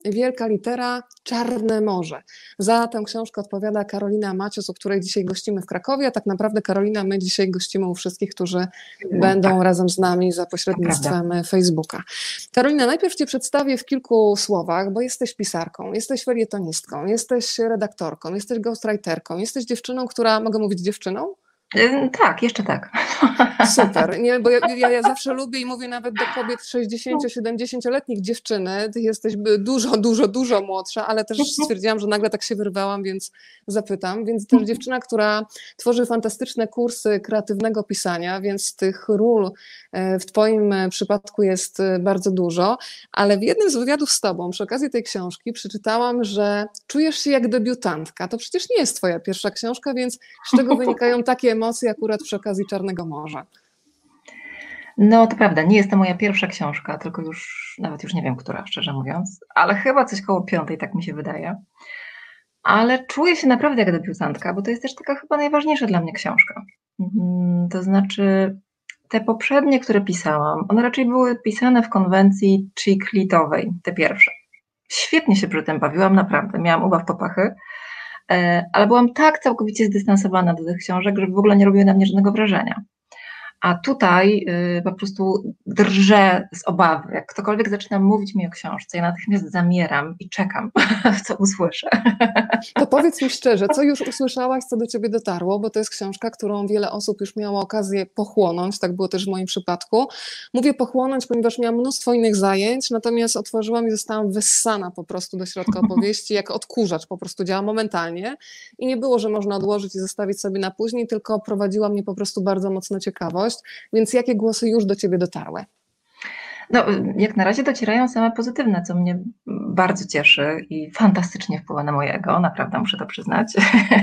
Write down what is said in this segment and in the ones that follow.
wielka litera, Czarne Morze. Za tę książkę odpowiada Karolina Macios, u której dzisiaj gościmy w Krakowie, a tak naprawdę Karolina, my dzisiaj gościmy u wszystkich, którzy będą razem z nami za pośrednictwem Facebooka. Karolina, najpierw Cię przedstawię w kilku słowach, bo jesteś pisarką, jesteś felietonistką, jesteś redaktorką, jesteś ghostwriterką, jesteś dziewczyną, która, mogę mówić dziewczyną? Tak, jeszcze tak. Super, nie, bo ja zawsze lubię i mówię nawet do kobiet 60-70-letnich dziewczyny, ty jesteś dużo młodsza, ale też stwierdziłam, że nagle tak się wyrwałam, więc zapytam. Więc też dziewczyna, która tworzy fantastyczne kursy kreatywnego pisania, więc tych ról w Twoim przypadku jest bardzo dużo, ale w jednym z wywiadów z Tobą przy okazji tej książki przeczytałam, że czujesz się jak debiutantka. To przecież nie jest Twoja pierwsza książka, więc z czego wynikają takie emocje akurat przy okazji Czarnego Morza? No to prawda, nie jest to moja pierwsza książka, tylko nawet już nie wiem, która, szczerze mówiąc, ale chyba coś koło 5, tak mi się wydaje. Ale czuję się naprawdę jak debiutantka, bo to jest też taka chyba najważniejsza dla mnie książka. To znaczy te poprzednie, które pisałam, one raczej były pisane w konwencji chick-litowej, te pierwsze. Świetnie się przy tym bawiłam, naprawdę, miałam ubaw popachy, ale byłam tak całkowicie zdystansowana do tych książek, że w ogóle nie robiły na mnie żadnego wrażenia. A tutaj po prostu drżę z obawy. Jak ktokolwiek zaczyna mówić mi o książce, ja natychmiast zamieram i czekam, co usłyszę. To powiedz mi szczerze, co już usłyszałaś, co do Ciebie dotarło, bo to jest książka, którą wiele osób już miało okazję pochłonąć, tak było też w moim przypadku. Mówię pochłonąć, ponieważ miałam mnóstwo innych zajęć, natomiast otworzyłam i zostałam wyssana po prostu do środka opowieści, jak odkurzacz po prostu działa momentalnie i nie było, że można odłożyć i zostawić sobie na później, tylko prowadziła mnie po prostu bardzo mocno ciekawość, więc jakie głosy już do Ciebie dotarły? No, jak na razie docierają same pozytywne, co mnie bardzo cieszy i fantastycznie wpływa na moje ego, naprawdę muszę to przyznać.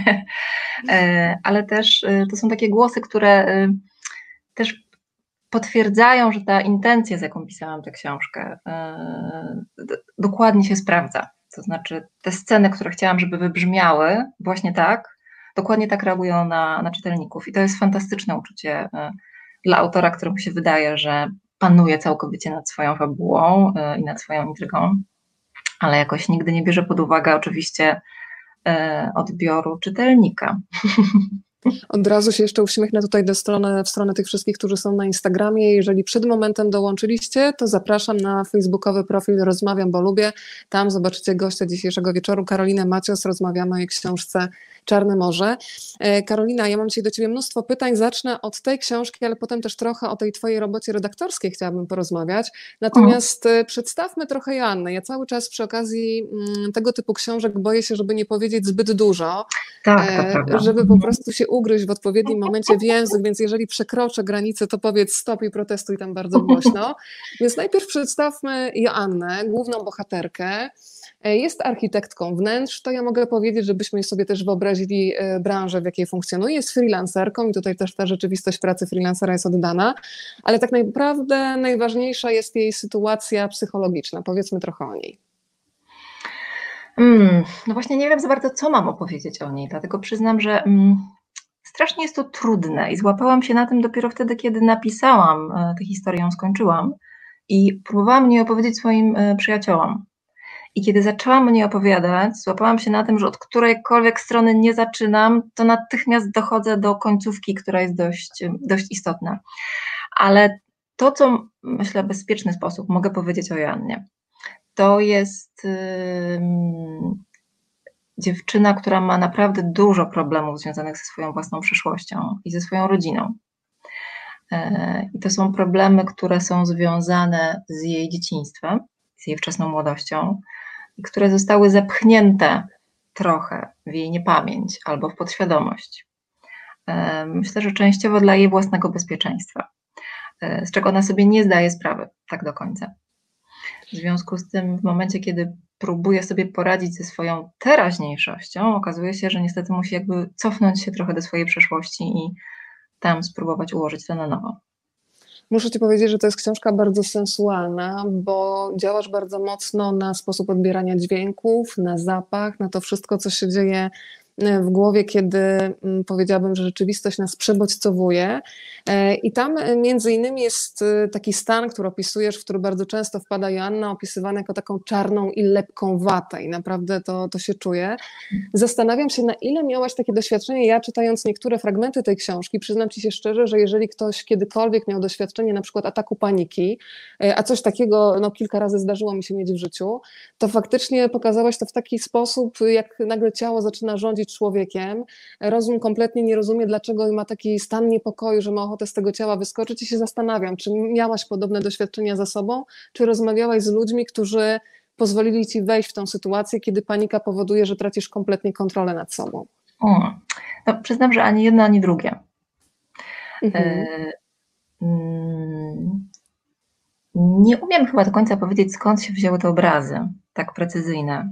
Ale też to są takie głosy, które też potwierdzają, że ta intencja, z jaką pisałam tę książkę, dokładnie się sprawdza. To znaczy te sceny, które chciałam, żeby wybrzmiały właśnie tak, dokładnie tak reagują na czytelników. I to jest fantastyczne uczucie dla autora, któremu się wydaje, że panuje całkowicie nad swoją fabułą i nad swoją intrygą, ale jakoś nigdy nie bierze pod uwagę oczywiście odbioru czytelnika. Od razu się jeszcze uśmiechnę tutaj w stronę tych wszystkich, którzy są na Instagramie. Jeżeli przed momentem dołączyliście, to zapraszam na facebookowy profil Rozmawiam, bo lubię. Tam zobaczycie gościa dzisiejszego wieczoru, Karolinę Macios. Rozmawiamy o jej książce Czarne Morze. Karolina, ja mam dzisiaj do Ciebie mnóstwo pytań. Zacznę od tej książki, ale potem też trochę o tej Twojej robocie redaktorskiej chciałabym porozmawiać. Natomiast przedstawmy trochę Joannę. Ja cały czas przy okazji tego typu książek boję się, żeby nie powiedzieć zbyt dużo, tak, to prawda. żeby po prostu się ugryźć w odpowiednim momencie w język, więc jeżeli przekroczę granicę, to powiedz stop i protestuj tam bardzo głośno. Więc najpierw przedstawmy Joannę, główną bohaterkę. Jest architektką wnętrz, to ja mogę powiedzieć, żebyśmy sobie też wyobrazili branżę, w jakiej funkcjonuje. Jest freelancerką i tutaj też ta rzeczywistość pracy freelancera jest oddana, ale tak naprawdę najważniejsza jest jej sytuacja psychologiczna. Powiedzmy trochę o niej. No właśnie nie wiem za bardzo, co mam opowiedzieć o niej, dlatego przyznam, że strasznie jest to trudne i złapałam się na tym dopiero wtedy, kiedy napisałam tę historię, ją skończyłam i próbowałam niej opowiedzieć swoim przyjaciołom. I kiedy zaczęłam o niej opowiadać, złapałam się na tym, że od którejkolwiek strony nie zaczynam, to natychmiast dochodzę do końcówki, która jest dość istotna. Ale to, co myślę w bezpieczny sposób mogę powiedzieć o Joannie, to jest dziewczyna, która ma naprawdę dużo problemów związanych ze swoją własną przyszłością i ze swoją rodziną. I to są problemy, które są związane z jej dzieciństwem, z jej wczesną młodością i które zostały zepchnięte trochę w jej niepamięć albo w podświadomość. Myślę, że częściowo dla jej własnego bezpieczeństwa, z czego ona sobie nie zdaje sprawy tak do końca. W związku z tym w momencie, kiedy próbuje sobie poradzić ze swoją teraźniejszością, okazuje się, że niestety musi jakby cofnąć się trochę do swojej przeszłości i tam spróbować ułożyć to na nowo. Muszę Ci powiedzieć, że to jest książka bardzo sensualna, bo działasz bardzo mocno na sposób odbierania dźwięków, na zapach, na to wszystko, co się dzieje w głowie, kiedy powiedziałabym, że rzeczywistość nas przebodźcowuje. I tam między innymi jest taki stan, który opisujesz, w który bardzo często wpada Joanna, opisywany jako taką czarną i lepką watę i naprawdę to się czuje. Zastanawiam się, na ile miałaś takie doświadczenie. Ja czytając niektóre fragmenty tej książki, przyznam ci się szczerze, że jeżeli ktoś kiedykolwiek miał doświadczenie na przykład ataku paniki, a coś takiego kilka razy zdarzyło mi się mieć w życiu, to faktycznie pokazałaś to w taki sposób, jak nagle ciało zaczyna rządzić człowiekiem, rozum kompletnie nie rozumie, dlaczego ma taki stan niepokoju, że ma ochotę z tego ciała wyskoczyć i się zastanawiam, czy miałaś podobne doświadczenia za sobą, czy rozmawiałaś z ludźmi, którzy pozwolili ci wejść w tą sytuację, kiedy panika powoduje, że tracisz kompletnie kontrolę nad sobą? No, przyznam, że ani jedno, ani drugie. Nie umiem chyba do końca powiedzieć, skąd się wzięły te obrazy tak precyzyjne.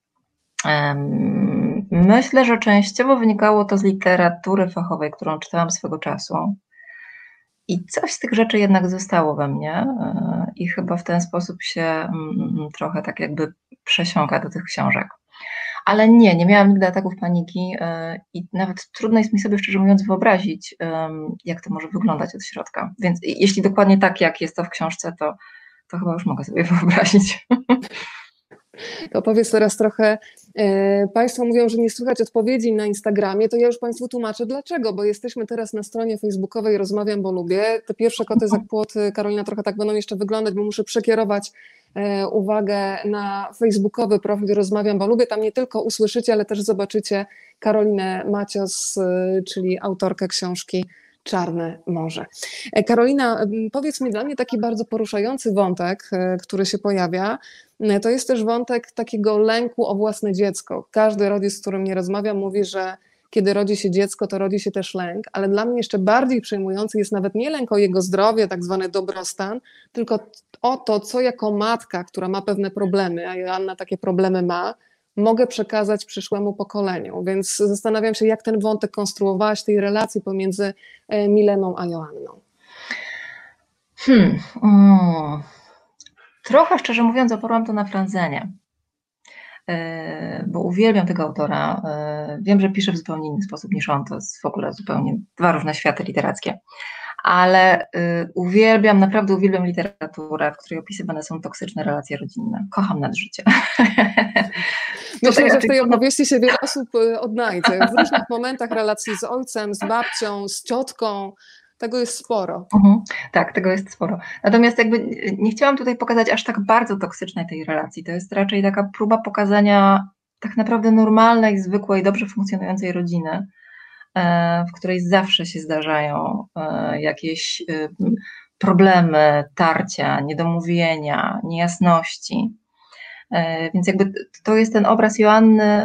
Myślę, że częściowo wynikało to z literatury fachowej, którą czytałam swego czasu. I coś z tych rzeczy jednak zostało we mnie i chyba w ten sposób się trochę tak jakby przesiąka do tych książek. Ale nie miałam nigdy ataków paniki i nawet trudno jest mi sobie, szczerze mówiąc, wyobrazić, jak to może wyglądać od środka. Więc jeśli dokładnie tak, jak jest to w książce, to chyba już mogę sobie wyobrazić. To powiedz teraz trochę, Państwo mówią, że nie słychać odpowiedzi na Instagramie, to ja już Państwu tłumaczę dlaczego, bo jesteśmy teraz na stronie facebookowej Rozmawiam, bo lubię. Te pierwsze koty za płoty, Karolina, trochę tak będą jeszcze wyglądać, bo muszę przekierować uwagę na facebookowy profil Rozmawiam, bo lubię. Tam nie tylko usłyszycie, ale też zobaczycie Karolinę Macios, czyli autorkę książki Czarne Morze. Karolina, powiedz mi, dla mnie taki bardzo poruszający wątek, który się pojawia, to jest też wątek takiego lęku o własne dziecko. Każdy rodzic, z którym nie rozmawiam, mówi, że kiedy rodzi się dziecko, to rodzi się też lęk, ale dla mnie jeszcze bardziej przejmujący jest nawet nie lęk o jego zdrowie, tak zwany dobrostan, tylko o to, co jako matka, która ma pewne problemy, a Joanna takie problemy ma, mogę przekazać przyszłemu pokoleniu. Więc zastanawiam się, jak ten wątek konstruowałaś, tej relacji pomiędzy Mileną a Joanną. Trochę, szczerze mówiąc, oparłam to na Franzenie, bo uwielbiam tego autora. Wiem, że pisze w zupełnie inny sposób niż on, to jest w ogóle zupełnie dwa różne światy literackie. Ale naprawdę uwielbiam literaturę, w której opisywane są toksyczne relacje rodzinne. Kocham nad życie. Myślę, że w tej opowieści się wiele osób odnajdzie. W różnych momentach relacji z ojcem, z babcią, z ciotką. Tego jest sporo. Tak, tego jest sporo. Natomiast jakby nie chciałam tutaj pokazać aż tak bardzo toksycznej tej relacji. To jest raczej taka próba pokazania tak naprawdę normalnej, zwykłej, dobrze funkcjonującej rodziny, w której zawsze się zdarzają jakieś problemy, tarcia, niedomówienia, niejasności. Więc jakby to jest ten obraz Joanny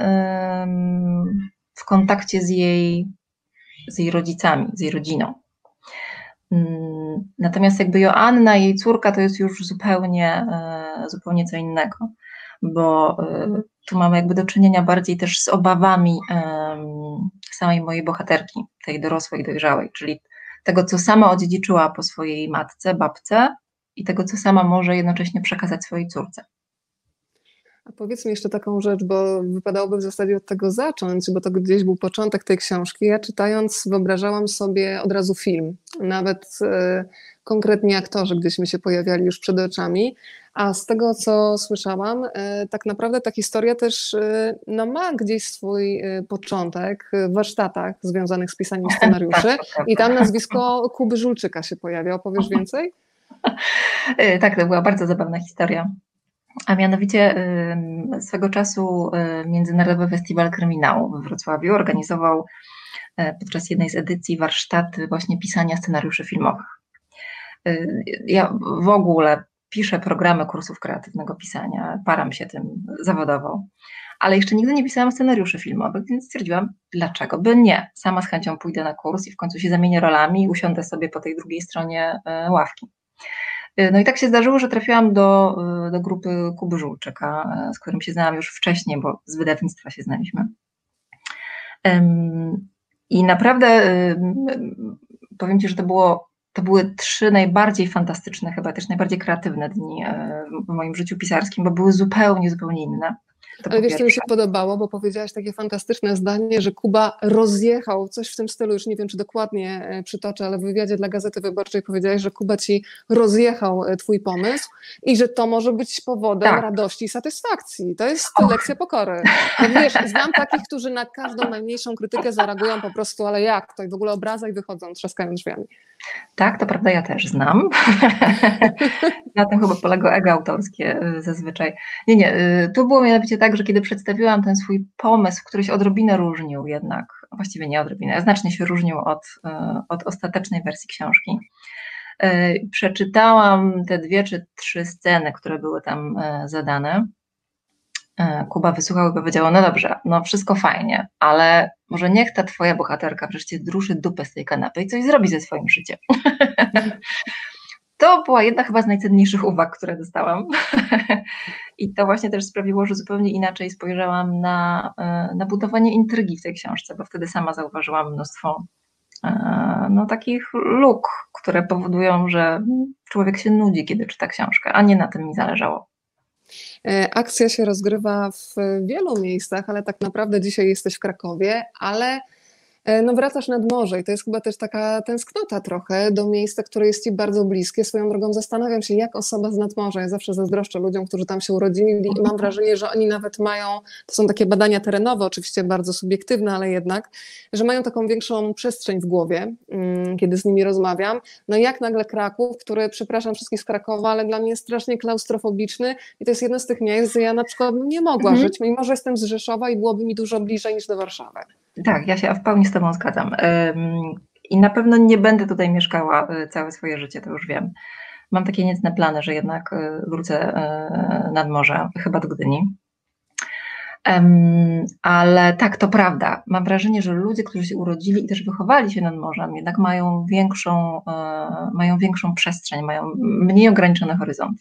w kontakcie z jej rodzicami, z jej rodziną. Natomiast jakby Joanna, jej córka, to jest już zupełnie co innego, bo tu mamy jakby do czynienia bardziej też z obawami samej mojej bohaterki, tej dorosłej, dojrzałej, czyli tego, co sama odziedziczyła po swojej matce, babce i tego, co sama może jednocześnie przekazać swojej córce. A powiedz mi jeszcze taką rzecz, bo wypadałoby w zasadzie od tego zacząć, bo to gdzieś był początek tej książki. Ja czytając wyobrażałam sobie od razu film, nawet konkretnie aktorzy gdzieś mi się pojawiali już przed oczami, a z tego, co słyszałam, tak naprawdę ta historia też ma gdzieś swój początek w warsztatach związanych z pisaniem scenariuszy i tam nazwisko Kuby Żulczyka się pojawia. Opowiesz więcej? Tak, to była bardzo zabawna historia. A mianowicie swego czasu Międzynarodowy Festiwal Kryminału we Wrocławiu organizował podczas jednej z edycji warsztaty właśnie pisania scenariuszy filmowych. Ja w ogóle piszę programy kursów kreatywnego pisania, param się tym zawodowo, ale jeszcze nigdy nie pisałam scenariuszy filmowych, więc stwierdziłam, dlaczego by nie. Sama z chęcią pójdę na kurs i w końcu się zamienię rolami i usiądę sobie po tej drugiej stronie ławki. No i tak się zdarzyło, że trafiłam do grupy Kuby Żulczyka, z którym się znałam już wcześniej, bo z wydawnictwa się znaliśmy. I naprawdę powiem Ci, że to były 3 najbardziej fantastyczne, chyba też najbardziej kreatywne dni w moim życiu pisarskim, bo były zupełnie inne. To Ale po wiesz, co mi się pierwsze. podobało, bo powiedziałaś takie fantastyczne zdanie, że Kuba rozjechał, coś w tym stylu, już nie wiem, czy dokładnie przytoczę, ale w wywiadzie dla Gazety Wyborczej powiedziałaś, że Kuba ci rozjechał twój pomysł i że to może być powodem Tak. radości i satysfakcji. To jest lekcja pokory. Bo wiesz, znam takich, którzy na każdą najmniejszą krytykę zareagują po prostu, ale jak to? I w ogóle obraza i wychodzą, trzaskają drzwiami. Tak, to prawda, ja też znam. Na tym chyba polega ego autorskie zazwyczaj. Nie, tu było mianowicie tak, że kiedy przedstawiłam ten swój pomysł, który się odrobinę różnił jednak, właściwie nie odrobinę, znacznie się różnił od ostatecznej wersji książki. Przeczytałam te 2 czy 3 sceny, które były tam zadane. Kuba wysłuchał i powiedział, no dobrze, no wszystko fajnie, ale może niech ta twoja bohaterka wreszcie druszy dupę z tej kanapy i coś zrobi ze swoim życiem. To była jedna chyba z najcenniejszych uwag, które dostałam. I to właśnie też sprawiło, że zupełnie inaczej spojrzałam na budowanie intrygi w tej książce, bo wtedy sama zauważyłam mnóstwo takich luk, które powodują, że człowiek się nudzi, kiedy czyta książkę, a nie na tym mi zależało. Akcja się rozgrywa w wielu miejscach, ale tak naprawdę dzisiaj jesteś w Krakowie, ale no wracasz nad morze i to jest chyba też taka tęsknota trochę do miejsca, które jest ci bardzo bliskie. Swoją drogą zastanawiam się, jak osoba z nadmorza, ja zawsze zazdroszczę ludziom, którzy tam się urodzili i mam wrażenie, że oni nawet mają, to są takie badania terenowe, oczywiście bardzo subiektywne, ale jednak, że mają taką większą przestrzeń w głowie, kiedy z nimi rozmawiam. No jak nagle Kraków, który, przepraszam wszystkich z Krakowa, ale dla mnie jest strasznie klaustrofobiczny i to jest jedno z tych miejsc, gdzie ja na przykład bym nie mogła żyć, mimo że jestem z Rzeszowa i byłoby mi dużo bliżej niż do Warszawy. Tak, ja się w pełni z Tobą zgadzam. I na pewno nie będę tutaj mieszkała całe swoje życie, to już wiem. Mam takie niecne plany, że jednak wrócę nad morze, chyba do Gdyni. Ale tak, to prawda. Mam wrażenie, że ludzie, którzy się urodzili i też wychowali się nad morzem, jednak mają większą przestrzeń, mają mniej ograniczony horyzont.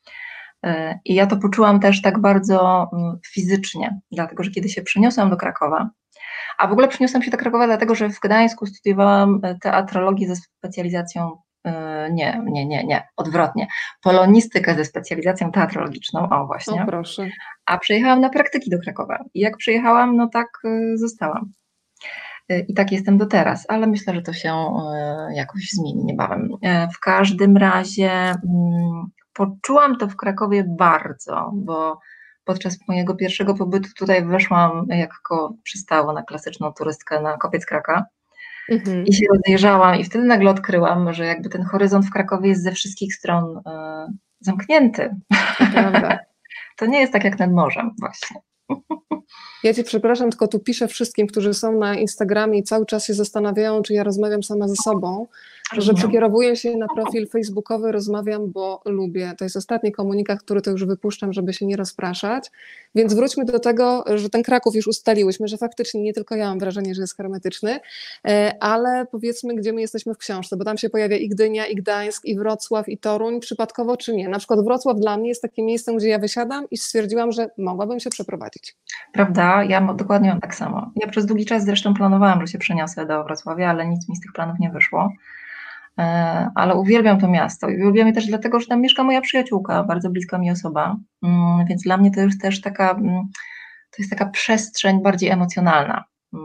I ja to poczułam też tak bardzo fizycznie, dlatego że kiedy się przeniosłam do Krakowa, a w ogóle przeniosłam się do Krakowa dlatego, że w Gdańsku studiowałam teatrologię ze specjalizacją, odwrotnie, polonistykę ze specjalizacją teatrologiczną, o właśnie. O proszę. A przyjechałam na praktyki do Krakowa i jak przyjechałam, no tak zostałam. I tak jestem do teraz, ale myślę, że to się jakoś zmieni niebawem. W każdym razie poczułam to w Krakowie bardzo, bo podczas mojego pierwszego pobytu tutaj weszłam, jak przystało na klasyczną turystkę na Kopiec Kraka i się rozejrzałam i wtedy nagle odkryłam, że jakby ten horyzont w Krakowie jest ze wszystkich stron zamknięty. Prawda. To nie jest tak jak nad morzem właśnie. Ja Cię przepraszam, tylko tu piszę wszystkim, którzy są na Instagramie i cały czas się zastanawiają, czy ja rozmawiam sama ze sobą, że przekierowuję się na profil facebookowy, rozmawiam, bo lubię. To jest ostatni komunikat, który to już wypuszczam, żeby się nie rozpraszać. Więc wróćmy do tego, że ten Kraków już ustaliłyśmy, że faktycznie nie tylko ja mam wrażenie, że jest hermetyczny, ale powiedzmy, gdzie my jesteśmy w książce, bo tam się pojawia i Gdynia, i Gdańsk, i Wrocław, i Toruń, przypadkowo czy nie. Na przykład Wrocław dla mnie jest takim miejscem, gdzie ja wysiadam i stwierdziłam, że mogłabym się przeprowadzić. Prawda, ja dokładnie mam tak samo. Ja przez długi czas zresztą planowałam, że się przeniosę do Wrocławia, ale nic mi z tych planów nie wyszło. Ale uwielbiam to miasto i uwielbiam je też dlatego, że tam mieszka moja przyjaciółka, bardzo bliska mi osoba, więc dla mnie to jest też taka przestrzeń bardziej emocjonalna,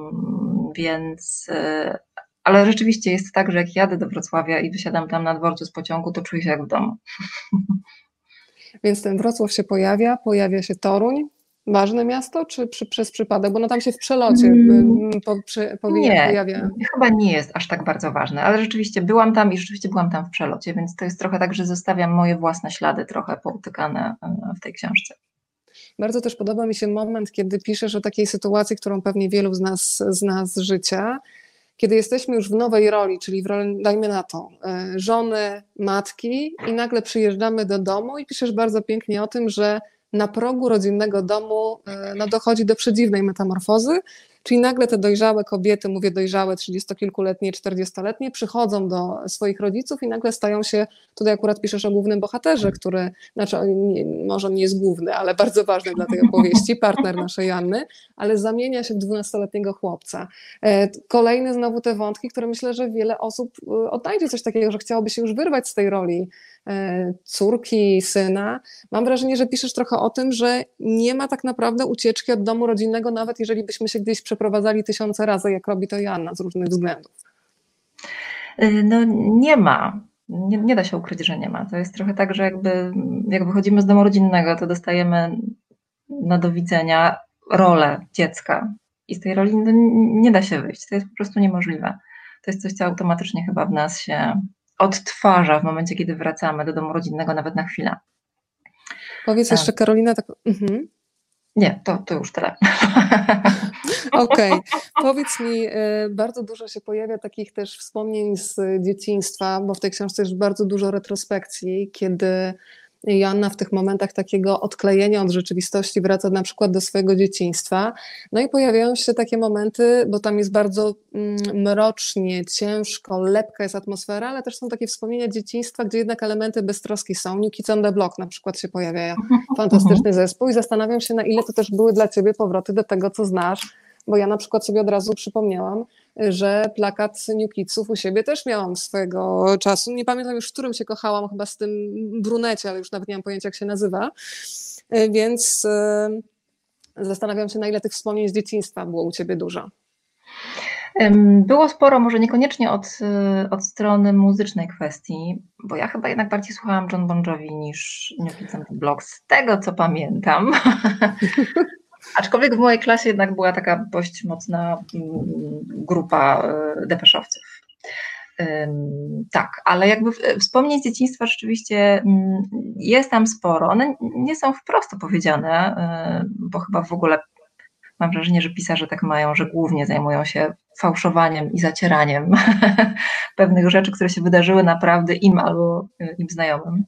więc, ale rzeczywiście jest tak, że jak jadę do Wrocławia i wysiadam tam na dworcu z pociągu, to czuję się jak w domu. Więc ten Wrocław się pojawia się Toruń. Ważne miasto, czy przez przypadek? Bo no tam się w przelocie pojawia. Chyba nie jest aż tak bardzo ważne, ale rzeczywiście byłam tam i rzeczywiście byłam tam w przelocie, więc to jest trochę tak, że zostawiam moje własne ślady trochę poutykane w tej książce. Bardzo też podoba mi się moment, kiedy piszesz o takiej sytuacji, którą pewnie wielu z nas zna z życia, kiedy jesteśmy już w nowej roli, czyli w roli, dajmy na to, żony, matki i nagle przyjeżdżamy do domu i piszesz bardzo pięknie o tym, że na progu rodzinnego domu dochodzi do przedziwnej metamorfozy, czyli nagle te dojrzałe kobiety, mówię dojrzałe, 30-kilkuletnie, 40-letnie, przychodzą do swoich rodziców i nagle stają się, tutaj akurat piszesz o głównym bohaterze, który, może nie jest główny, ale bardzo ważny dla tej opowieści, partner naszej Anny, ale zamienia się w 12-letniego chłopca. Kolejne znowu te wątki, które myślę, że wiele osób odnajdzie coś takiego, że chciałoby się już wyrwać z tej roli córki, syna. Mam wrażenie, że piszesz trochę o tym, że nie ma tak naprawdę ucieczki od domu rodzinnego, nawet jeżeli byśmy się gdzieś przeprowadzali tysiące razy, jak robi to Joanna z różnych względów. No nie ma. Nie da się ukryć, że nie ma. To jest trochę tak, że jak wychodzimy z domu rodzinnego, to dostajemy na do widzenia rolę dziecka i z tej roli nie da się wyjść. To jest po prostu niemożliwe. To jest coś, co automatycznie chyba w nas się odtwarza w momencie, kiedy wracamy do domu rodzinnego, nawet na chwilę. Powiedz jeszcze, Karolina, tak... Nie, to już tyle. Okej. Powiedz mi, bardzo dużo się pojawia takich też wspomnień z dzieciństwa, bo w tej książce jest bardzo dużo retrospekcji, kiedy Joanna w tych momentach takiego odklejenia od rzeczywistości wraca na przykład do swojego dzieciństwa. No i pojawiają się takie momenty, bo tam jest bardzo mrocznie, ciężko, lepka jest atmosfera, ale też są takie wspomnienia dzieciństwa, gdzie jednak elementy beztroski są. New Kids on the Block na przykład się pojawia, fantastyczny zespół i zastanawiam się, na ile to też były dla ciebie powroty do tego, co znasz, bo ja na przykład sobie od razu przypomniałam, że plakat New Kidsów u siebie też miałam swojego czasu. Nie pamiętam już, w którym się kochałam, chyba z tym brunecie, ale już nawet nie mam pojęcia, jak się nazywa. Więc zastanawiam się, na ile tych wspomnień z dzieciństwa było u ciebie dużo. Było sporo, może niekoniecznie od strony muzycznej kwestii, bo ja chyba jednak bardziej słuchałam John Bon Jovi niż New Kids on the Block, z tego co pamiętam. Aczkolwiek w mojej klasie jednak była taka dość mocna grupa depeszowców. Tak, ale jakby wspomnień z dzieciństwa rzeczywiście jest tam sporo. One nie są wprost opowiedziane, bo chyba w ogóle mam wrażenie, że pisarze tak mają, że głównie zajmują się fałszowaniem i zacieraniem pewnych rzeczy, które się wydarzyły naprawdę im albo im znajomym.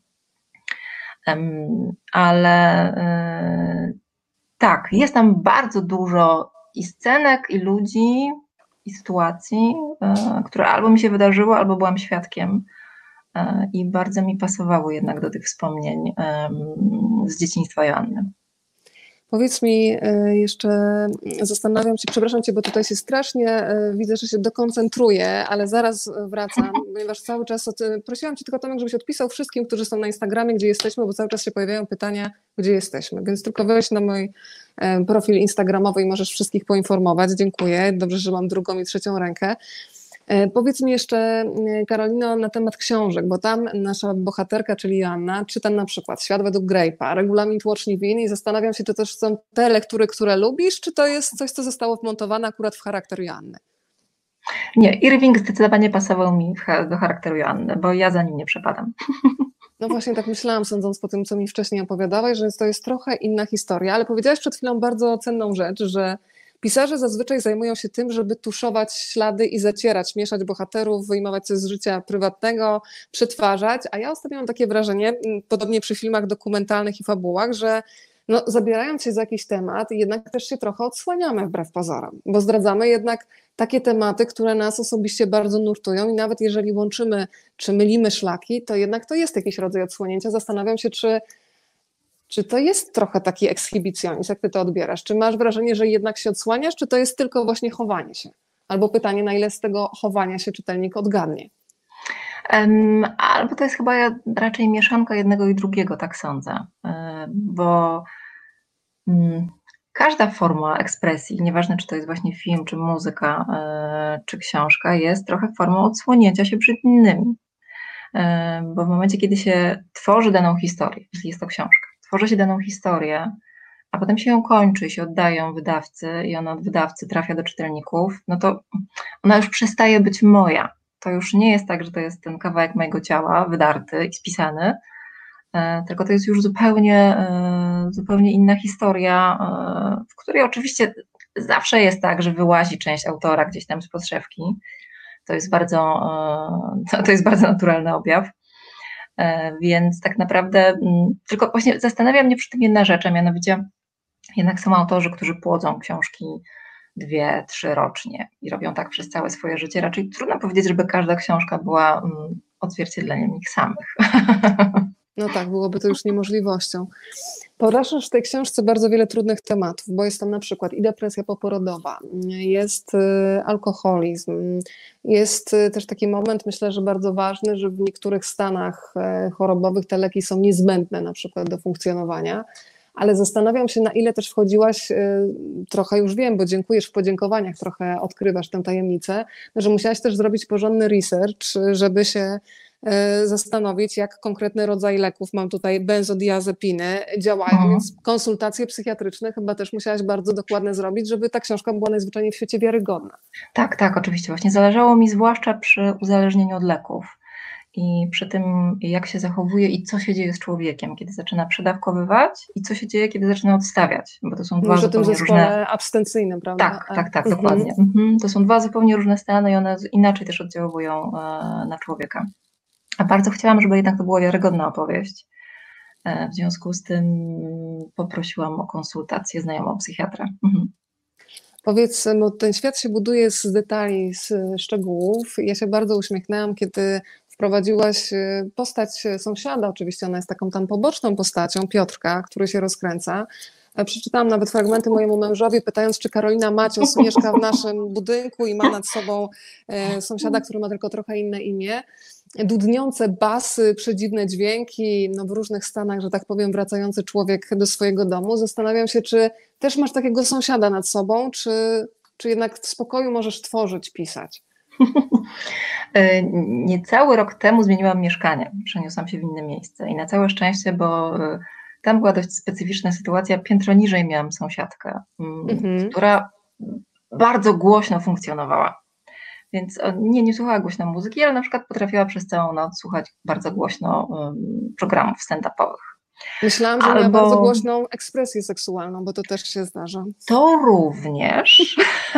Ale tak, jest tam bardzo dużo i scenek, i ludzi, i sytuacji, które albo mi się wydarzyło, albo byłam świadkiem i bardzo mi pasowały jednak do tych wspomnień z dzieciństwa Joanny. Powiedz mi jeszcze, zastanawiam się, przepraszam cię, bo tutaj się strasznie widzę, że się dekoncentruję, ale zaraz wracam, ponieważ cały czas prosiłam cię tylko, Tomek, żebyś odpisał wszystkim, którzy są na Instagramie, gdzie jesteśmy, bo cały czas się pojawiają pytania, gdzie jesteśmy, więc tylko wejdź na mój profil instagramowy i możesz wszystkich poinformować. Dziękuję, dobrze, że mam drugą i trzecią rękę. Powiedz mi jeszcze, Karolino, na temat książek, bo tam nasza bohaterka, czyli Joanna, czyta na przykład Świat według Grape'a, Regulamin Tłoczni Win i zastanawiam się, czy to też są te lektury, które lubisz, czy to jest coś, co zostało wmontowane akurat w charakter Joanny? Nie, Irving zdecydowanie pasował mi do charakteru Joanny, bo ja za nim nie przepadam. No właśnie tak myślałam, sądząc po tym, co mi wcześniej opowiadałeś, że to jest trochę inna historia, ale powiedziałaś przed chwilą bardzo cenną rzecz, że pisarze zazwyczaj zajmują się tym, żeby tuszować ślady i zacierać, mieszać bohaterów, wyjmować coś z życia prywatnego, przetwarzać, a ja ostatnio mam takie wrażenie, podobnie przy filmach dokumentalnych i fabułach, że no, zabierając się za jakiś temat, jednak też się trochę odsłaniamy wbrew pozorom, bo zdradzamy jednak takie tematy, które nas osobiście bardzo nurtują i nawet jeżeli łączymy czy mylimy szlaki, to jednak to jest jakiś rodzaj odsłonięcia. Zastanawiam się, czy to jest trochę taki ekshibicjonizm, jak ty to odbierasz? Czy masz wrażenie, że jednak się odsłaniasz, czy to jest tylko właśnie chowanie się? Albo pytanie, na ile z tego chowania się czytelnik odgadnie? Albo to jest chyba raczej mieszanka jednego i drugiego, tak sądzę, bo każda forma ekspresji, nieważne czy to jest właśnie film, czy muzyka, czy książka, jest trochę formą odsłonięcia się przed innymi. Bo w momencie, kiedy się tworzy daną historię, jeśli jest to książka, tworzy się daną historię, a potem się ją kończy, się oddaje ją wydawcy i ona od wydawcy trafia do czytelników, no to ona już przestaje być moja. To już nie jest tak, że to jest ten kawałek mojego ciała wydarty i spisany, tylko to jest już zupełnie inna historia, w której oczywiście zawsze jest tak, że wyłazi część autora gdzieś tam z podszewki. To jest bardzo naturalny objaw. Więc tak naprawdę tylko właśnie zastanawia mnie przy tym jedna rzecz, a mianowicie jednak są autorzy, którzy płodzą książki 2-3 rocznie i robią tak przez całe swoje życie. Raczej trudno powiedzieć, żeby każda książka była odzwierciedleniem ich samych. No tak, byłoby to już niemożliwością. Poruszasz w tej książce bardzo wiele trudnych tematów, bo jest tam na przykład i depresja poporodowa, jest alkoholizm, jest też taki moment, myślę, że bardzo ważny, że w niektórych stanach chorobowych te leki są niezbędne na przykład do funkcjonowania, ale zastanawiam się, na ile też wchodziłaś, trochę już wiem, bo dziękujesz w podziękowaniach, trochę odkrywasz tę tajemnicę, że musiałaś też zrobić porządny research, żeby się zastanowić, jak konkretny rodzaj leków, mam tutaj benzodiazepiny, działają, więc konsultacje psychiatryczne chyba też musiałaś bardzo dokładne zrobić, żeby ta książka była najzwyczajniej w świecie wiarygodna. Tak, tak, oczywiście. Właśnie zależało mi zwłaszcza przy uzależnieniu od leków i przy tym, jak się zachowuje i co się dzieje z człowiekiem, kiedy zaczyna przedawkowywać i co się dzieje, kiedy zaczyna odstawiać, bo to są dwa Mówisz o tym zupełnie zespole różne... abstencyjnym, prawda? Tak, dokładnie. To są dwa zupełnie różne stany i one inaczej też oddziałują na człowieka. A bardzo chciałam, żeby jednak to była wiarygodna opowieść. W związku z tym poprosiłam o konsultację znajomą psychiatrę. Powiedz, bo ten świat się buduje z detali, z szczegółów. Ja się bardzo uśmiechnęłam, kiedy wprowadziłaś postać sąsiada, oczywiście ona jest taką tam poboczną postacią, Piotrka, który się rozkręca. Przeczytałam nawet fragmenty mojemu mężowi, pytając, czy Karolina Macios mieszka w naszym budynku i ma nad sobą sąsiada, który ma tylko trochę inne imię. Dudniące basy, przedziwne dźwięki, no w różnych stanach, że tak powiem, wracający człowiek do swojego domu. Zastanawiam się, czy też masz takiego sąsiada nad sobą, czy jednak w spokoju możesz tworzyć, pisać? Niecały rok temu zmieniłam mieszkanie, przeniosłam się w inne miejsce i na całe szczęście, bo tam była dość specyficzna sytuacja, piętro niżej miałam sąsiadkę, która bardzo głośno funkcjonowała. Więc nie słuchała głośno muzyki, ale na przykład potrafiła przez całą noc słuchać bardzo głośno programów stand-upowych. Myślałam, że miała bardzo głośną ekspresję seksualną, bo to też się zdarza. To również.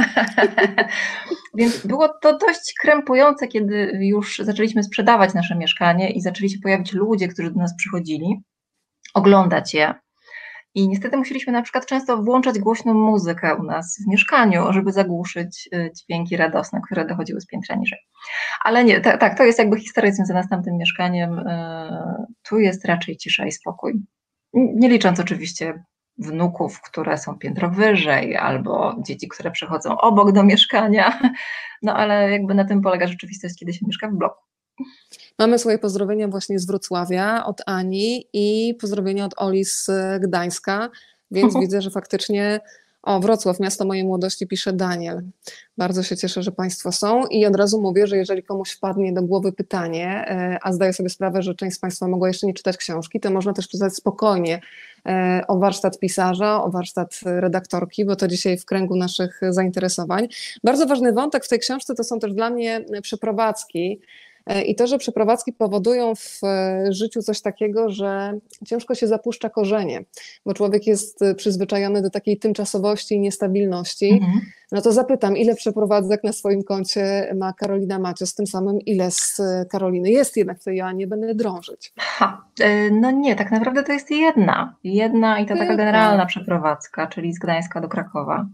Więc było to dość krępujące, kiedy już zaczęliśmy sprzedawać nasze mieszkanie i zaczęli się pojawić ludzie, którzy do nas przychodzili, oglądać je. I niestety musieliśmy na przykład często włączać głośną muzykę u nas w mieszkaniu, żeby zagłuszyć dźwięki radosne, które dochodziły z piętra niżej. Ale nie, tak, to jest jakby historia związana z tamtym mieszkaniem. Tu jest raczej cisza i spokój. Nie licząc oczywiście wnuków, które są piętro wyżej, albo dzieci, które przychodzą obok do mieszkania. No ale jakby na tym polega rzeczywistość, kiedy się mieszka w bloku. Mamy swoje pozdrowienia właśnie z Wrocławia, od Ani i pozdrowienia od Oli z Gdańska, więc widzę, że faktycznie Wrocław, miasto mojej młodości, pisze Daniel. Bardzo się cieszę, że Państwo są i od razu mówię, że jeżeli komuś wpadnie do głowy pytanie, a zdaję sobie sprawę, że część z Państwa mogła jeszcze nie czytać książki, to można też pisać spokojnie o warsztat pisarza, o warsztat redaktorki, bo to dzisiaj w kręgu naszych zainteresowań. Bardzo ważny wątek w tej książce to są też dla mnie przeprowadzki. I to, że przeprowadzki powodują w życiu coś takiego, że ciężko się zapuszcza korzenie, bo człowiek jest przyzwyczajony do takiej tymczasowości i niestabilności. No to zapytam, ile przeprowadzek na swoim koncie ma Karolina Macios, tym samym ile z Karoliny jest jednak w tej Joannie, będę drążyć. No nie, tak naprawdę to jest jedna i to taka generalna przeprowadzka, czyli z Gdańska do Krakowa.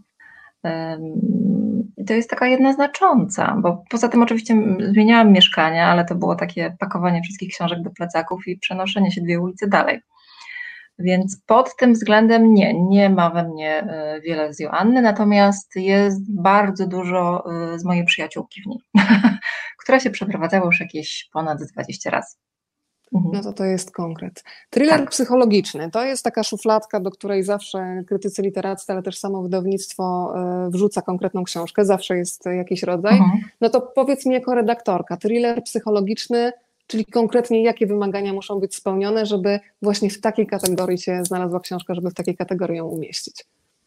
To jest taka jedna znacząca, bo poza tym oczywiście zmieniałam mieszkania, ale to było takie pakowanie wszystkich książek do plecaków i przenoszenie się 2 ulice dalej. Więc pod tym względem nie ma we mnie wiele z Joanny, natomiast jest bardzo dużo z mojej przyjaciółki w niej, która się przeprowadzała już jakieś ponad 20 razy. No to jest konkret. Thriller psychologiczny, to jest taka szufladka, do której zawsze krytycy literaccy, ale też samo wydawnictwo wrzuca konkretną książkę, zawsze jest jakiś rodzaj. No to powiedz mi jako redaktorka, thriller psychologiczny, czyli konkretnie jakie wymagania muszą być spełnione, żeby właśnie w takiej kategorii się znalazła książka, żeby w takiej kategorii ją umieścić?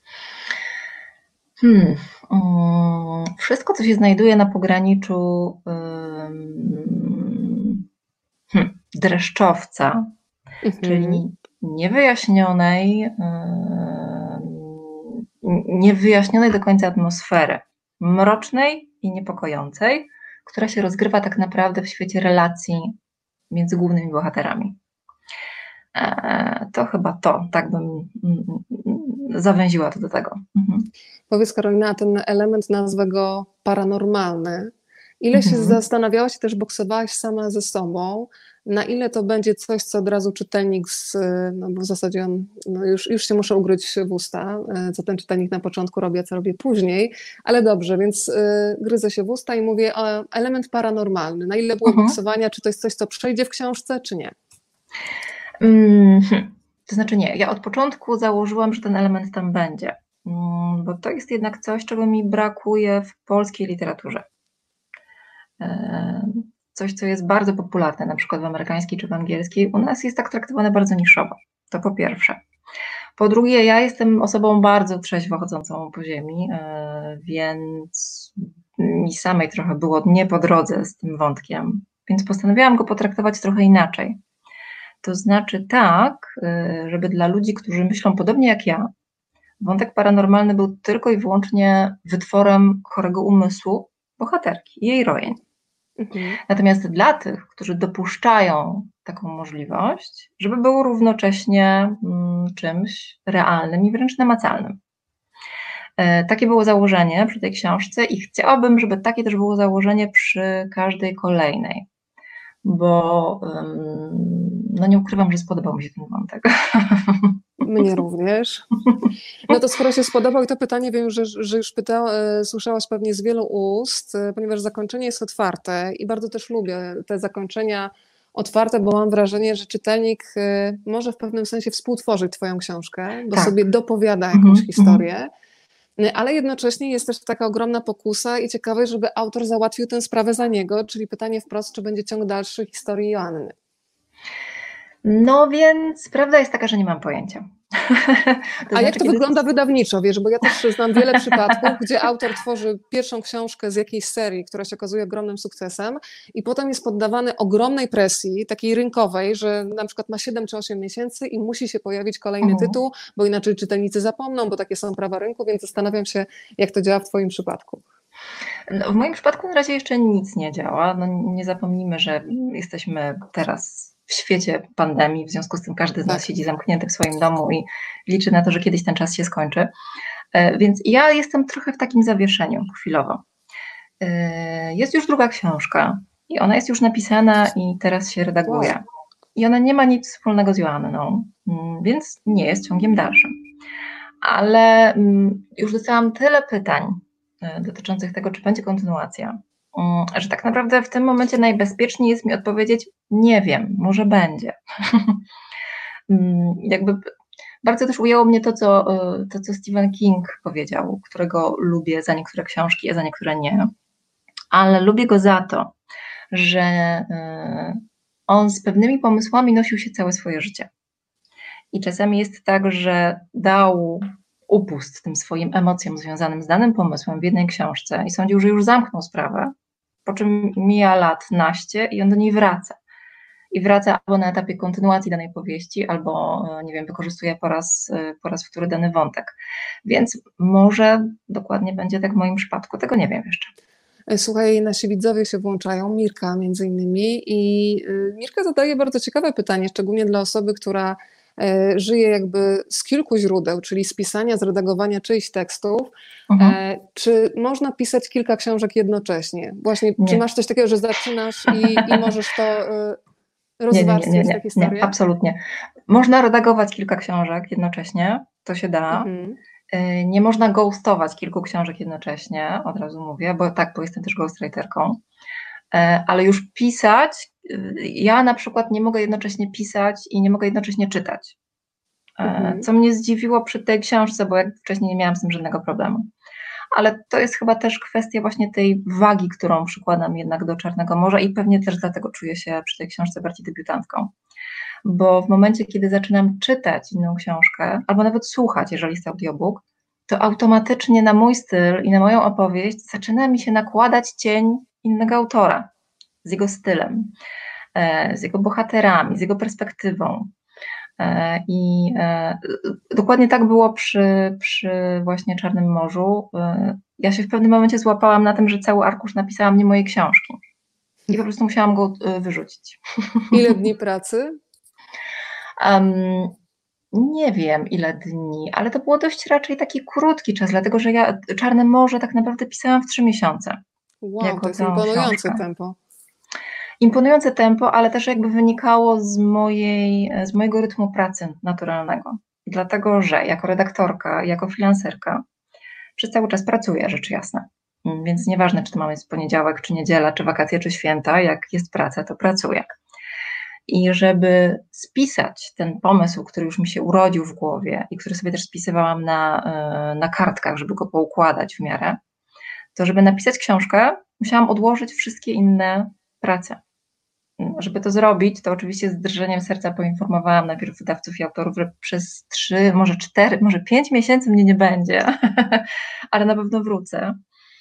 Wszystko, co się znajduje na pograniczu dreszczowca, czyli niewyjaśnionej do końca atmosfery, mrocznej i niepokojącej, która się rozgrywa tak naprawdę w świecie relacji między głównymi bohaterami. To chyba tak bym zawęziła to do tego. Powiedz Karolina, ten element nazwę go paranormalny Ile się zastanawiałaś, też boksowałaś sama ze sobą, na ile to będzie coś, co od razu czytelnik, no bo w zasadzie on, no już się muszę ugryźć w usta, co ten czytelnik na początku robi, a co robię później, ale dobrze, więc gryzę się w usta i mówię o element paranormalny. Na ile było boksowania, czy to jest coś, co przejdzie w książce, czy nie? To znaczy nie, ja od początku założyłam, że ten element tam będzie, bo to jest jednak coś, czego mi brakuje w polskiej literaturze. Coś, co jest bardzo popularne, na przykład w amerykańskiej czy w angielskiej, u nas jest tak traktowane bardzo niszowo. To po pierwsze. Po drugie, ja jestem osobą bardzo trzeźwo chodzącą po ziemi, więc mi samej trochę było nie po drodze z tym wątkiem, więc postanowiłam go potraktować trochę inaczej. To znaczy tak, żeby dla ludzi, którzy myślą podobnie jak ja, wątek paranormalny był tylko i wyłącznie wytworem chorego umysłu bohaterki, jej rojeń. Natomiast dla tych, którzy dopuszczają taką możliwość, żeby był równocześnie czymś realnym i wręcz namacalnym. Takie było założenie przy tej książce i chciałabym, żeby takie też było założenie przy każdej kolejnej, bo no nie ukrywam, że spodobał mi się ten wątek. Mnie również. No to skoro się spodobał i to pytanie wiem, że już słyszałaś pewnie z wielu ust, ponieważ zakończenie jest otwarte i bardzo też lubię te zakończenia otwarte, bo mam wrażenie, że czytelnik może w pewnym sensie współtworzyć twoją książkę, bo sobie dopowiada jakąś historię, ale jednocześnie jest też taka ogromna pokusa i ciekawe, żeby autor załatwił tę sprawę za niego, czyli pytanie wprost, czy będzie ciąg dalszy historii Joanny. No więc prawda jest taka, że nie mam pojęcia. A jak to wygląda wydawniczo, wiesz, bo ja też znam wiele przypadków, gdzie autor tworzy pierwszą książkę z jakiejś serii, która się okazuje ogromnym sukcesem i potem jest poddawany ogromnej presji, takiej rynkowej, że na przykład ma 7 czy 8 miesięcy i musi się pojawić kolejny tytuł, bo inaczej czytelnicy zapomną, bo takie są prawa rynku, więc zastanawiam się, jak to działa w twoim przypadku. No, w moim przypadku na razie jeszcze nic nie działa. No, nie zapomnijmy, że jesteśmy teraz w świecie pandemii, w związku z tym każdy z nas siedzi zamknięty w swoim domu i liczy na to, że kiedyś ten czas się skończy. Więc ja jestem trochę w takim zawieszeniu chwilowo. Jest już druga książka i ona jest już napisana i teraz się redaguje. Wow. I ona nie ma nic wspólnego z Joanną, więc nie jest ciągiem dalszym. Ale już dostałam tyle pytań dotyczących tego, czy będzie kontynuacja, że tak naprawdę w tym momencie najbezpieczniej jest mi odpowiedzieć, nie wiem, może będzie. Jakby bardzo też ujęło mnie to, co Stephen King powiedział, którego lubię za niektóre książki, a za niektóre nie, ale lubię go za to, że on z pewnymi pomysłami nosił się całe swoje życie. I czasami jest tak, że dał upust tym swoim emocjom związanym z danym pomysłem w jednej książce i sądził, że już zamknął sprawę, po czym mija lat naście i on do niej wraca. I wraca albo na etapie kontynuacji danej powieści, albo, nie wiem, wykorzystuje po raz wtóry dany wątek. Więc może dokładnie będzie tak w moim przypadku, tego nie wiem jeszcze. Słuchaj, nasi widzowie się włączają, Mirka między innymi i Mirka zadaje bardzo ciekawe pytanie, szczególnie dla osoby, która żyje jakby z kilku źródeł, czyli z pisania, z redagowania czyichś tekstów. Czy można pisać kilka książek jednocześnie? Właśnie, czy masz coś takiego, że zaczynasz i możesz to rozwarstwić tę historię? Nie, absolutnie. Można redagować kilka książek jednocześnie, to się da. Nie można ghostować kilku książek jednocześnie, od razu mówię, bo jestem też ghostwriterką. Ale już pisać, ja na przykład nie mogę jednocześnie pisać i nie mogę jednocześnie czytać. Co mnie zdziwiło przy tej książce, bo jak wcześniej nie miałam z tym żadnego problemu. Ale to jest chyba też kwestia właśnie tej wagi, którą przykładam jednak do Czarnego Morza i pewnie też dlatego czuję się przy tej książce bardziej debiutantką. Bo w momencie, kiedy zaczynam czytać inną książkę, albo nawet słuchać, jeżeli jest audiobook, to automatycznie na mój styl i na moją opowieść zaczyna mi się nakładać cień innego autora, z jego stylem, z jego bohaterami, z jego perspektywą. I dokładnie tak było przy właśnie Czarnym Morzu. Ja się w pewnym momencie złapałam na tym, że cały arkusz napisałam nie mojej książki i po prostu musiałam go wyrzucić. Ile dni pracy? Nie wiem ile dni, ale to było dość raczej taki krótki czas, dlatego że ja Czarne Morze tak naprawdę pisałam w 3 miesiące. Wow, to jako jest tę imponujące książkę. tempo. Imponujące tempo, ale też jakby wynikało z mojego rytmu pracy naturalnego. Dlatego, że jako redaktorka, jako freelancerka przez cały czas pracuję, rzecz jasna. Więc nieważne, czy to mamy jest poniedziałek, czy niedziela, czy wakacje, czy święta, jak jest praca, to pracuję. I żeby spisać ten pomysł, który już mi się urodził w głowie i który sobie też spisywałam na kartkach, żeby go poukładać w miarę, to żeby napisać książkę, musiałam odłożyć wszystkie inne prace. Żeby to zrobić, to oczywiście z drżeniem serca poinformowałam najpierw wydawców i autorów, że przez 3, może 4, może 5 miesięcy mnie nie będzie, ale na pewno wrócę.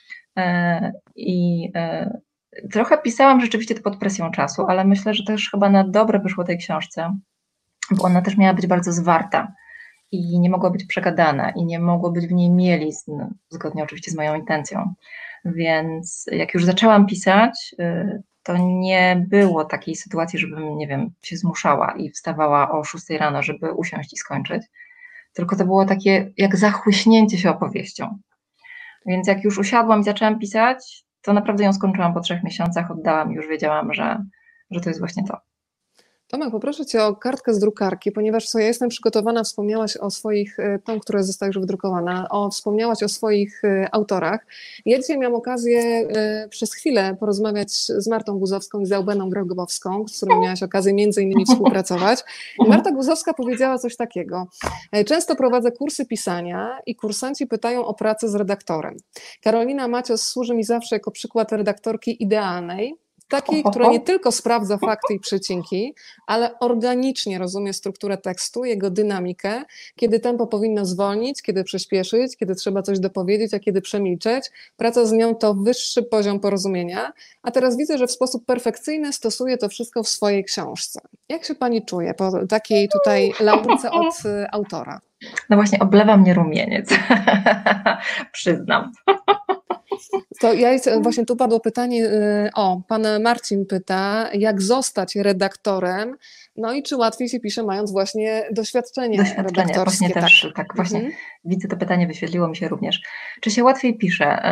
I trochę pisałam rzeczywiście to pod presją czasu, ale myślę, że też chyba na dobre wyszło tej książce, bo ona też miała być bardzo zwarta i nie mogła być przegadana i nie mogło być w niej mielizn, zgodnie oczywiście z moją intencją. Więc jak już zaczęłam pisać, to nie było takiej sytuacji, żebym, nie wiem, się zmuszała i wstawała o 6 rano, żeby usiąść i skończyć, tylko to było takie jak zachłyśnięcie się opowieścią. Więc jak już usiadłam i zaczęłam pisać, to naprawdę ją skończyłam po 3 miesiącach, oddałam i już wiedziałam, że to jest właśnie to. Tomek, poproszę Cię o kartkę z drukarki, ponieważ ja jestem przygotowana, wspomniałaś o swoich, tą, która została już wydrukowana, wspomniałaś o swoich autorach. Ja dzisiaj miałam okazję przez chwilę porozmawiać z Martą Guzowską i z Eubeną Grogowską, z którą miałaś okazję między innymi współpracować. I Marta Guzowska powiedziała coś takiego. Często prowadzę kursy pisania i kursanci pytają o pracę z redaktorem. Karolina Macios służy mi zawsze jako przykład redaktorki idealnej, takiej, która nie tylko sprawdza fakty i przecinki, ale organicznie rozumie strukturę tekstu, jego dynamikę, kiedy tempo powinno zwolnić, kiedy przyspieszyć, kiedy trzeba coś dopowiedzieć, a kiedy przemilczeć. Praca z nią to wyższy poziom porozumienia, a teraz widzę, że w sposób perfekcyjny stosuje to wszystko w swojej książce. Jak się Pani czuje po takiej tutaj laurce od autora? No właśnie, oblewa mnie rumieniec, przyznam. To właśnie tu padło pytanie, pan Marcin pyta, jak zostać redaktorem, no i czy łatwiej się pisze, mając właśnie doświadczenie redaktorskie. Właśnie też, tak właśnie widzę to pytanie, wyświetliło mi się również. Czy się łatwiej pisze?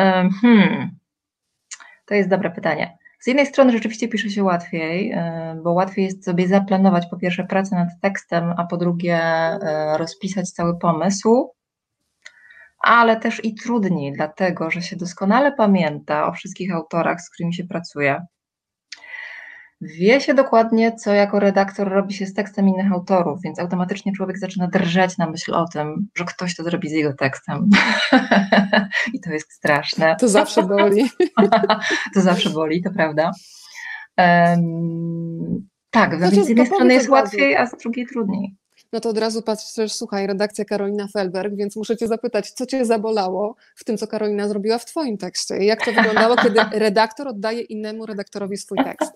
To jest dobre pytanie. Z jednej strony rzeczywiście pisze się łatwiej, bo łatwiej jest sobie zaplanować po pierwsze pracę nad tekstem, a po drugie rozpisać cały pomysł, ale też i trudniej, dlatego że się doskonale pamięta o wszystkich autorach, z którymi się pracuje. Wie się dokładnie, co jako redaktor robi się z tekstem innych autorów, więc automatycznie człowiek zaczyna drżeć na myśl o tym, że ktoś to zrobi z jego tekstem. I to jest straszne. To zawsze boli. To zawsze boli, to prawda. Tak, więc z jednej strony jest łatwiej, a z drugiej trudniej. No to od razu patrzysz, słuchaj, redakcja Karolina Felberg, więc muszę Cię zapytać, co Cię zabolało w tym, co Karolina zrobiła w Twoim tekście? I jak to wyglądało, kiedy redaktor oddaje innemu redaktorowi swój tekst?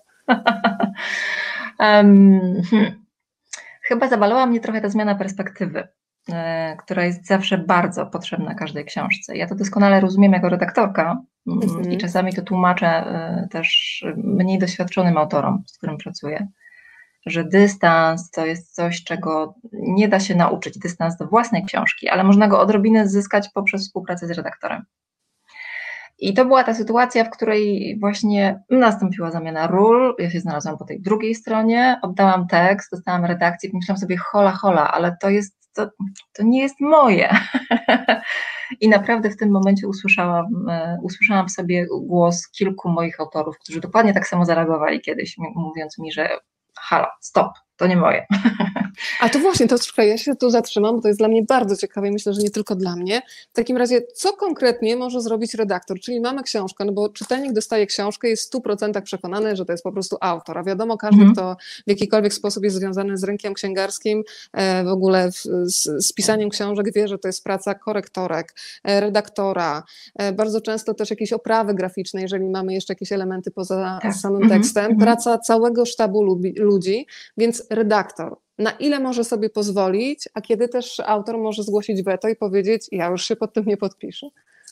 Chyba zabalała mnie trochę ta zmiana perspektywy, która jest zawsze bardzo potrzebna każdej książce. Ja to doskonale rozumiem jako redaktorka i czasami to tłumaczę też mniej doświadczonym autorom, z którym pracuję, że dystans to jest coś, czego nie da się nauczyć, dystans do własnej książki, ale można go odrobinę zyskać poprzez współpracę z redaktorem. I to była ta sytuacja, w której właśnie nastąpiła zamiana ról, ja się znalazłam po tej drugiej stronie, oddałam tekst, dostałam redakcję, pomyślałam sobie hola, ale to nie jest moje. I naprawdę w tym momencie usłyszałam w sobie głos kilku moich autorów, którzy dokładnie tak samo zareagowali kiedyś, mówiąc mi, że halo, stop, to nie moje. A to właśnie, to troszkę ja się tu zatrzymam, bo to jest dla mnie bardzo ciekawe i myślę, że nie tylko dla mnie. W takim razie, co konkretnie może zrobić redaktor? Czyli mamy książkę, no bo czytelnik dostaje książkę, jest w 100% przekonany, że to jest po prostu autor, a wiadomo, każdy, kto w jakikolwiek sposób jest związany z rynkiem księgarskim, w ogóle z pisaniem książek, wie, że to jest praca korektorek, redaktora, bardzo często też jakieś oprawy graficzne, jeżeli mamy jeszcze jakieś elementy poza samym tekstem, praca całego sztabu ludzi, więc redaktor, na ile może sobie pozwolić, a kiedy też autor może zgłosić weto i powiedzieć, ja już się pod tym nie podpiszę?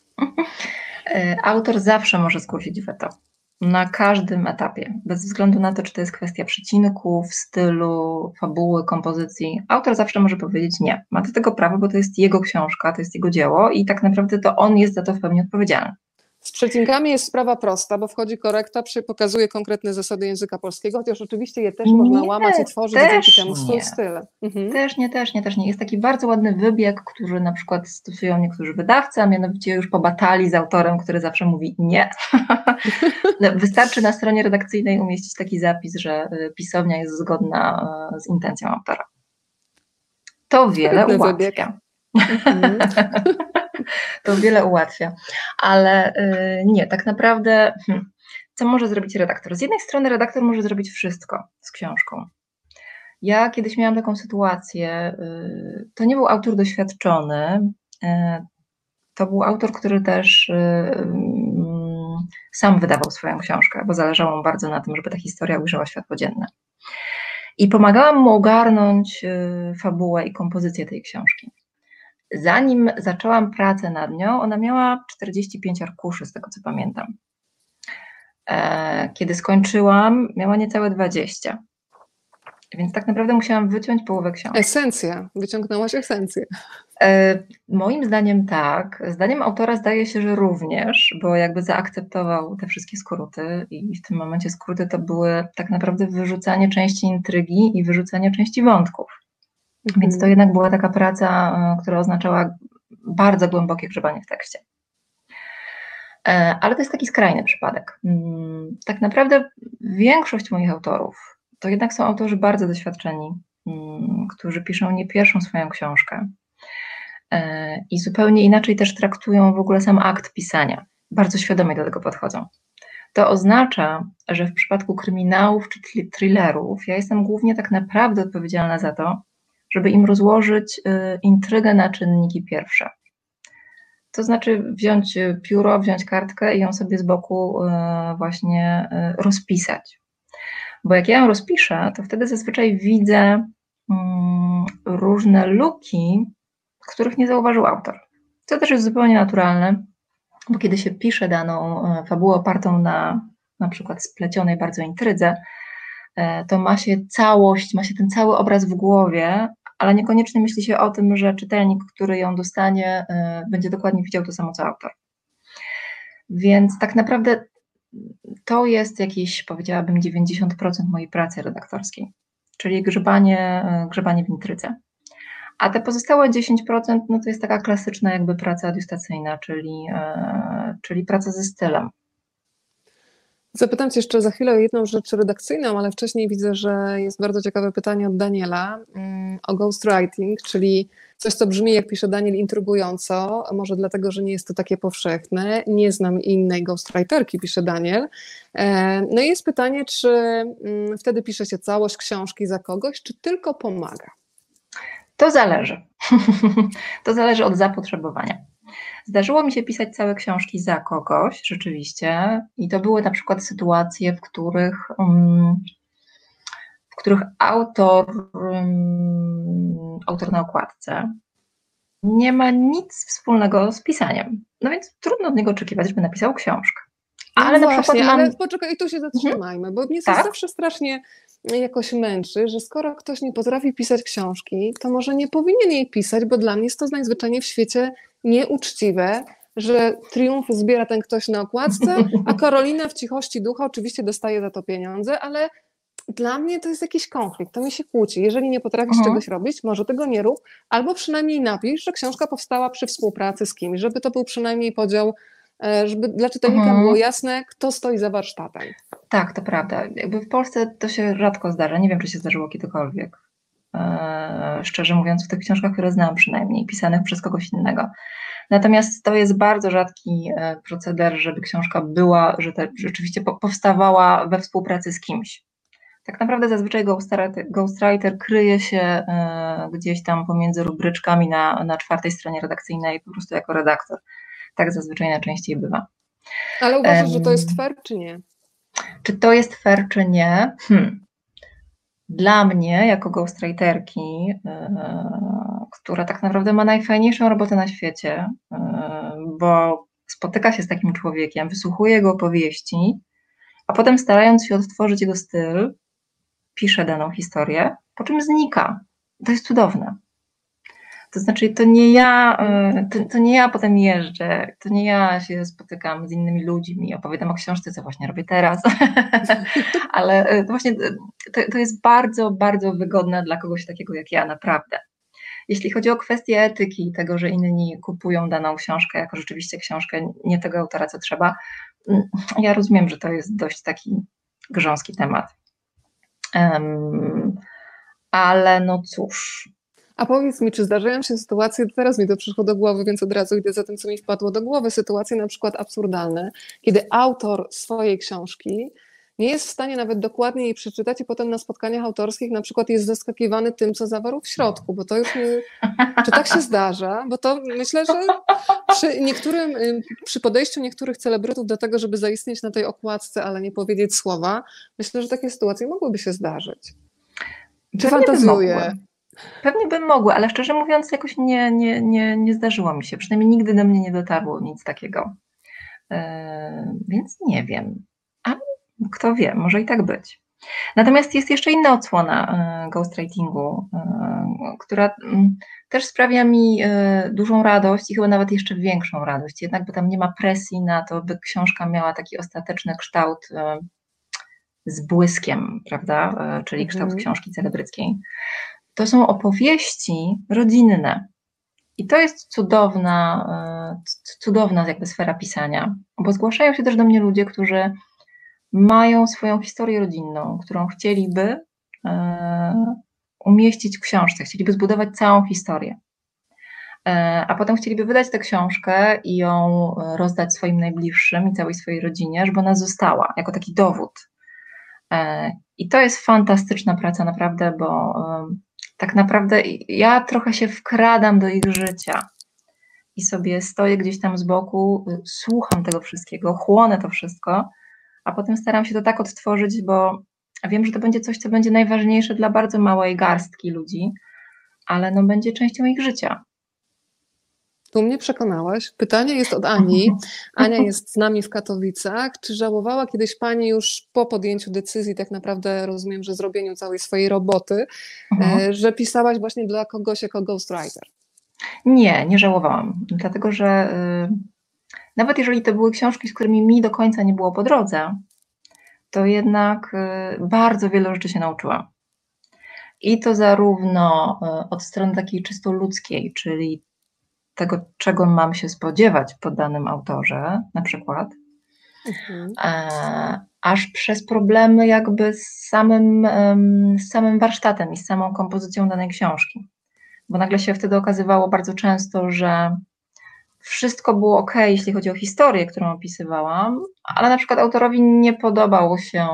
Autor zawsze może zgłosić weto. Na każdym etapie, bez względu na to, czy to jest kwestia przecinków, stylu, fabuły, kompozycji. Autor zawsze może powiedzieć nie. Ma do tego prawo, bo to jest jego książka, to jest jego dzieło i tak naprawdę to on jest za to w pełni odpowiedzialny. Z przecinkami jest sprawa prosta, bo wchodzi korekta, pokazuje konkretne zasady języka polskiego, chociaż oczywiście je też można łamać i tworzyć dzięki temu swój styl. Też nie. Jest taki bardzo ładny wybieg, który na przykład stosują niektórzy wydawcy, a mianowicie już po batalii z autorem, który zawsze mówi nie. Wystarczy na stronie redakcyjnej umieścić taki zapis, że pisownia jest zgodna z intencją autora. To wiele ułatwia. To wiele ułatwia, ale nie, tak naprawdę co może zrobić redaktor? Z jednej strony redaktor może zrobić wszystko z książką. Ja kiedyś miałam taką sytuację, to nie był autor doświadczony, to był autor, który też sam wydawał swoją książkę, bo zależało mu bardzo na tym, żeby ta historia ujrzała światło dzienne. I pomagałam mu ogarnąć fabułę i kompozycję tej książki. Zanim zaczęłam pracę nad nią, ona miała 45 arkuszy, z tego co pamiętam. Kiedy skończyłam, miała niecałe 20. Więc tak naprawdę musiałam wyciąć połowę książki. Esencja. Wyciągnęłaś esencję. Moim zdaniem tak. Zdaniem autora zdaje się, że również, bo jakby zaakceptował te wszystkie skróty i w tym momencie skróty to były tak naprawdę wyrzucanie części intrygi i wyrzucanie części wątków. Więc to jednak była taka praca, która oznaczała bardzo głębokie grzebanie w tekście. Ale to jest taki skrajny przypadek. Tak naprawdę większość moich autorów to jednak są autorzy bardzo doświadczeni, którzy piszą nie pierwszą swoją książkę i zupełnie inaczej też traktują w ogóle sam akt pisania. Bardzo świadomie do tego podchodzą. To oznacza, że w przypadku kryminałów czy thrillerów ja jestem głównie tak naprawdę odpowiedzialna za to, żeby im rozłożyć intrygę na czynniki pierwsze. To znaczy wziąć pióro, wziąć kartkę i ją sobie z boku właśnie rozpisać. Bo jak ja ją rozpiszę, to wtedy zazwyczaj widzę różne luki, których nie zauważył autor. To też jest zupełnie naturalne, bo kiedy się pisze daną fabułę opartą na przykład splecionej bardzo intrydze, to ma się całość, ma się ten cały obraz w głowie, ale niekoniecznie myśli się o tym, że czytelnik, który ją dostanie, będzie dokładnie widział to samo co autor. Więc tak naprawdę to jest jakieś, powiedziałabym, 90% mojej pracy redaktorskiej, czyli grzebanie w intrydze. A te pozostałe 10% no to jest taka klasyczna jakby praca adiustacyjna, czyli praca ze stylem. Zapytam Cię jeszcze za chwilę o jedną rzecz redakcyjną, ale wcześniej widzę, że jest bardzo ciekawe pytanie od Daniela o ghostwriting, czyli coś, co brzmi, jak pisze Daniel, intrygująco, może dlatego, że nie jest to takie powszechne. Nie znam innej ghostwriterki, pisze Daniel. No i jest pytanie, czy wtedy pisze się całość książki za kogoś, czy tylko pomaga? To zależy. To zależy od zapotrzebowania. Zdarzyło mi się pisać całe książki za kogoś, rzeczywiście, i to były na przykład sytuacje, w których autor na okładce nie ma nic wspólnego z pisaniem. No więc trudno od niego oczekiwać, żeby napisał książkę. Ale no właśnie, ale poczekaj, i tu się zatrzymajmy, bo mnie to zawsze strasznie jakoś męczy, że skoro ktoś nie potrafi pisać książki, to może nie powinien jej pisać, bo dla mnie jest to najzwyczajniej w świecie nieuczciwe, że triumf zbiera ten ktoś na okładce, a Karolina w cichości ducha oczywiście dostaje za to pieniądze, ale dla mnie to jest jakiś konflikt, to mi się kłóci. Jeżeli nie potrafisz czegoś robić, może tego nie rób, albo przynajmniej napisz, że książka powstała przy współpracy z kimś, żeby to był przynajmniej podział, żeby dla czytelnika było jasne, kto stoi za warsztatem. Tak, to prawda. Jakby w Polsce to się rzadko zdarza. Nie wiem, czy się zdarzyło kiedykolwiek. Szczerze mówiąc, w tych książkach, które znam przynajmniej, pisanych przez kogoś innego. Natomiast to jest bardzo rzadki proceder, żeby książka była, że rzeczywiście powstawała we współpracy z kimś. Tak naprawdę zazwyczaj ghostwriter kryje się gdzieś tam pomiędzy rubryczkami na 4. stronie redakcyjnej po prostu jako redaktor. Tak zazwyczaj najczęściej bywa. Ale uważasz, że to jest fair, czy nie? Czy to jest fair, czy nie? Dla mnie, jako ghostwriterki, która tak naprawdę ma najfajniejszą robotę na świecie, bo spotyka się z takim człowiekiem, wysłuchuje jego opowieści, a potem starając się odtworzyć jego styl, pisze daną historię, po czym znika. To jest cudowne. To znaczy, to nie ja potem jeżdżę, to nie ja się spotykam z innymi ludźmi, opowiadam o książce, co właśnie robię teraz, ale to właśnie to jest bardzo, bardzo wygodne dla kogoś takiego jak ja, naprawdę. Jeśli chodzi o kwestię etyki, tego, że inni kupują daną książkę jako rzeczywiście książkę nie tego autora, co trzeba, ja rozumiem, że to jest dość taki grząski temat. Ale no cóż. A powiedz mi, czy zdarzają się sytuacje, teraz mi to przyszło do głowy, więc od razu idę za tym, co mi wpadło do głowy, sytuacje na przykład absurdalne, kiedy autor swojej książki nie jest w stanie nawet dokładnie jej przeczytać i potem na spotkaniach autorskich na przykład jest zaskakiwany tym, co zawarł w środku, bo to już nie... Czy tak się zdarza? Bo to myślę, że przy podejściu niektórych celebrytów do tego, żeby zaistnieć na tej okładce, ale nie powiedzieć słowa, myślę, że takie sytuacje mogłyby się zdarzyć. Czy fantazjuję? Pewnie by mogły, ale szczerze mówiąc jakoś nie zdarzyło mi się. Przynajmniej nigdy do mnie nie dotarło nic takiego. Więc nie wiem. A kto wie, może i tak być. Natomiast jest jeszcze inna odsłona ghostwritingu, która też sprawia mi dużą radość i chyba nawet jeszcze większą radość. Jednak, bo tam nie ma presji na to, by książka miała taki ostateczny kształt z błyskiem, prawda? Czyli kształt książki celebryckiej. To są opowieści rodzinne. I to jest cudowna jakby sfera pisania, bo zgłaszają się też do mnie ludzie, którzy mają swoją historię rodzinną, którą chcieliby umieścić w książce, chcieliby zbudować całą historię. A potem chcieliby wydać tę książkę i ją rozdać swoim najbliższym i całej swojej rodzinie, żeby ona została jako taki dowód. I to jest fantastyczna praca naprawdę, bo tak naprawdę ja trochę się wkradam do ich życia i sobie stoję gdzieś tam z boku, słucham tego wszystkiego, chłonę to wszystko, a potem staram się to tak odtworzyć, bo wiem, że to będzie coś, co będzie najważniejsze dla bardzo małej garstki ludzi, ale no będzie częścią ich życia. Tu mnie przekonałaś. Pytanie jest od Ani. Ania jest z nami w Katowicach. Czy żałowała kiedyś Pani już po podjęciu decyzji, tak naprawdę rozumiem, że zrobieniu całej swojej roboty, że pisałaś właśnie dla kogoś jako ghostwriter? Nie żałowałam, dlatego że nawet jeżeli to były książki, z którymi mi do końca nie było po drodze, to jednak bardzo wiele rzeczy się nauczyłam. I to zarówno od strony takiej czysto ludzkiej, czyli tego, czego mam się spodziewać po danym autorze, na przykład, aż przez problemy jakby z samym warsztatem i z samą kompozycją danej książki. Bo nagle się wtedy okazywało bardzo często, że wszystko było ok, jeśli chodzi o historię, którą opisywałam, ale na przykład autorowi nie podobał się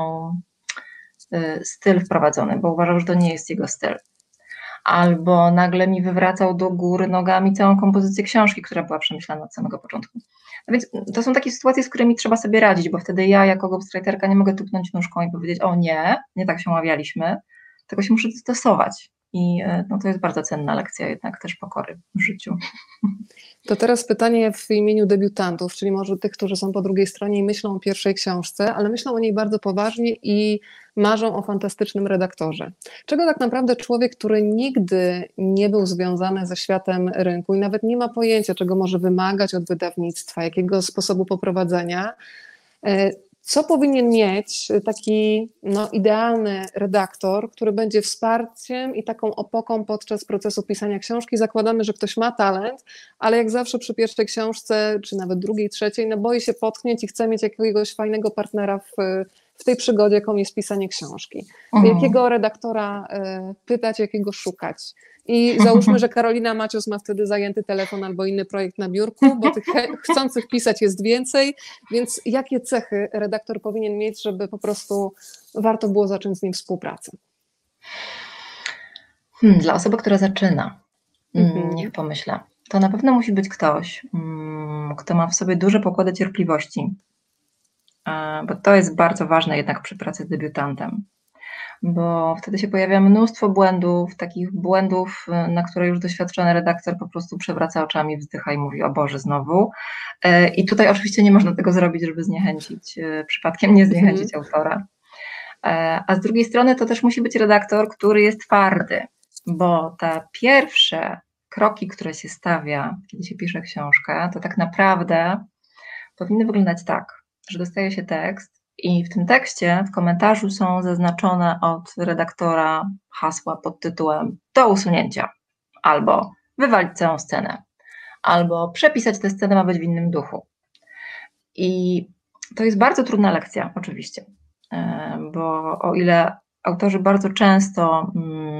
styl wprowadzony, bo uważał, że to nie jest jego styl. Albo nagle mi wywracał do góry nogami całą kompozycję książki, która była przemyślana od samego początku. No więc to są takie sytuacje, z którymi trzeba sobie radzić, bo wtedy ja jako ghostwriterka nie mogę tupnąć nóżką i powiedzieć: o nie tak się umawialiśmy, tylko się muszę dostosować. I no, to jest bardzo cenna lekcja jednak też pokory w życiu. To teraz pytanie w imieniu debiutantów, czyli może tych, którzy są po drugiej stronie i myślą o pierwszej książce, ale myślą o niej bardzo poważnie i marzą o fantastycznym redaktorze. Czego tak naprawdę człowiek, który nigdy nie był związany ze światem rynku i nawet nie ma pojęcia, czego może wymagać od wydawnictwa, jakiego sposobu poprowadzenia, co powinien mieć taki idealny redaktor, który będzie wsparciem i taką opoką podczas procesu pisania książki? Zakładamy, że ktoś ma talent, ale jak zawsze przy pierwszej książce, czy nawet drugiej, trzeciej, boi się potknięć i chce mieć jakiegoś fajnego partnera w tej przygodzie, jaką jest pisanie książki. Jakiego redaktora pytać, jakiego szukać? I załóżmy, że Karolina Macios ma wtedy zajęty telefon albo inny projekt na biurku, bo tych chcących pisać jest więcej, więc jakie cechy redaktor powinien mieć, żeby po prostu warto było zacząć z nim współpracę? Dla osoby, która zaczyna, niech pomyślę, to na pewno musi być ktoś, kto ma w sobie duże pokłady cierpliwości, bo to jest bardzo ważne jednak przy pracy z debiutantem. Bo wtedy się pojawia mnóstwo błędów, takich błędów, na które już doświadczony redaktor po prostu przewraca oczami, wzdycha i mówi: o Boże, znowu. I tutaj oczywiście nie można tego zrobić, żeby przypadkiem nie zniechęcić autora. A z drugiej strony to też musi być redaktor, który jest twardy, bo te pierwsze kroki, które się stawia, kiedy się pisze książkę, to tak naprawdę powinny wyglądać tak, że dostaje się tekst i w tym tekście, w komentarzu są zaznaczone od redaktora hasła pod tytułem do usunięcia, albo wywalić całą scenę, albo przepisać tę scenę, ma być w innym duchu. I to jest bardzo trudna lekcja, oczywiście, bo o ile autorzy bardzo często,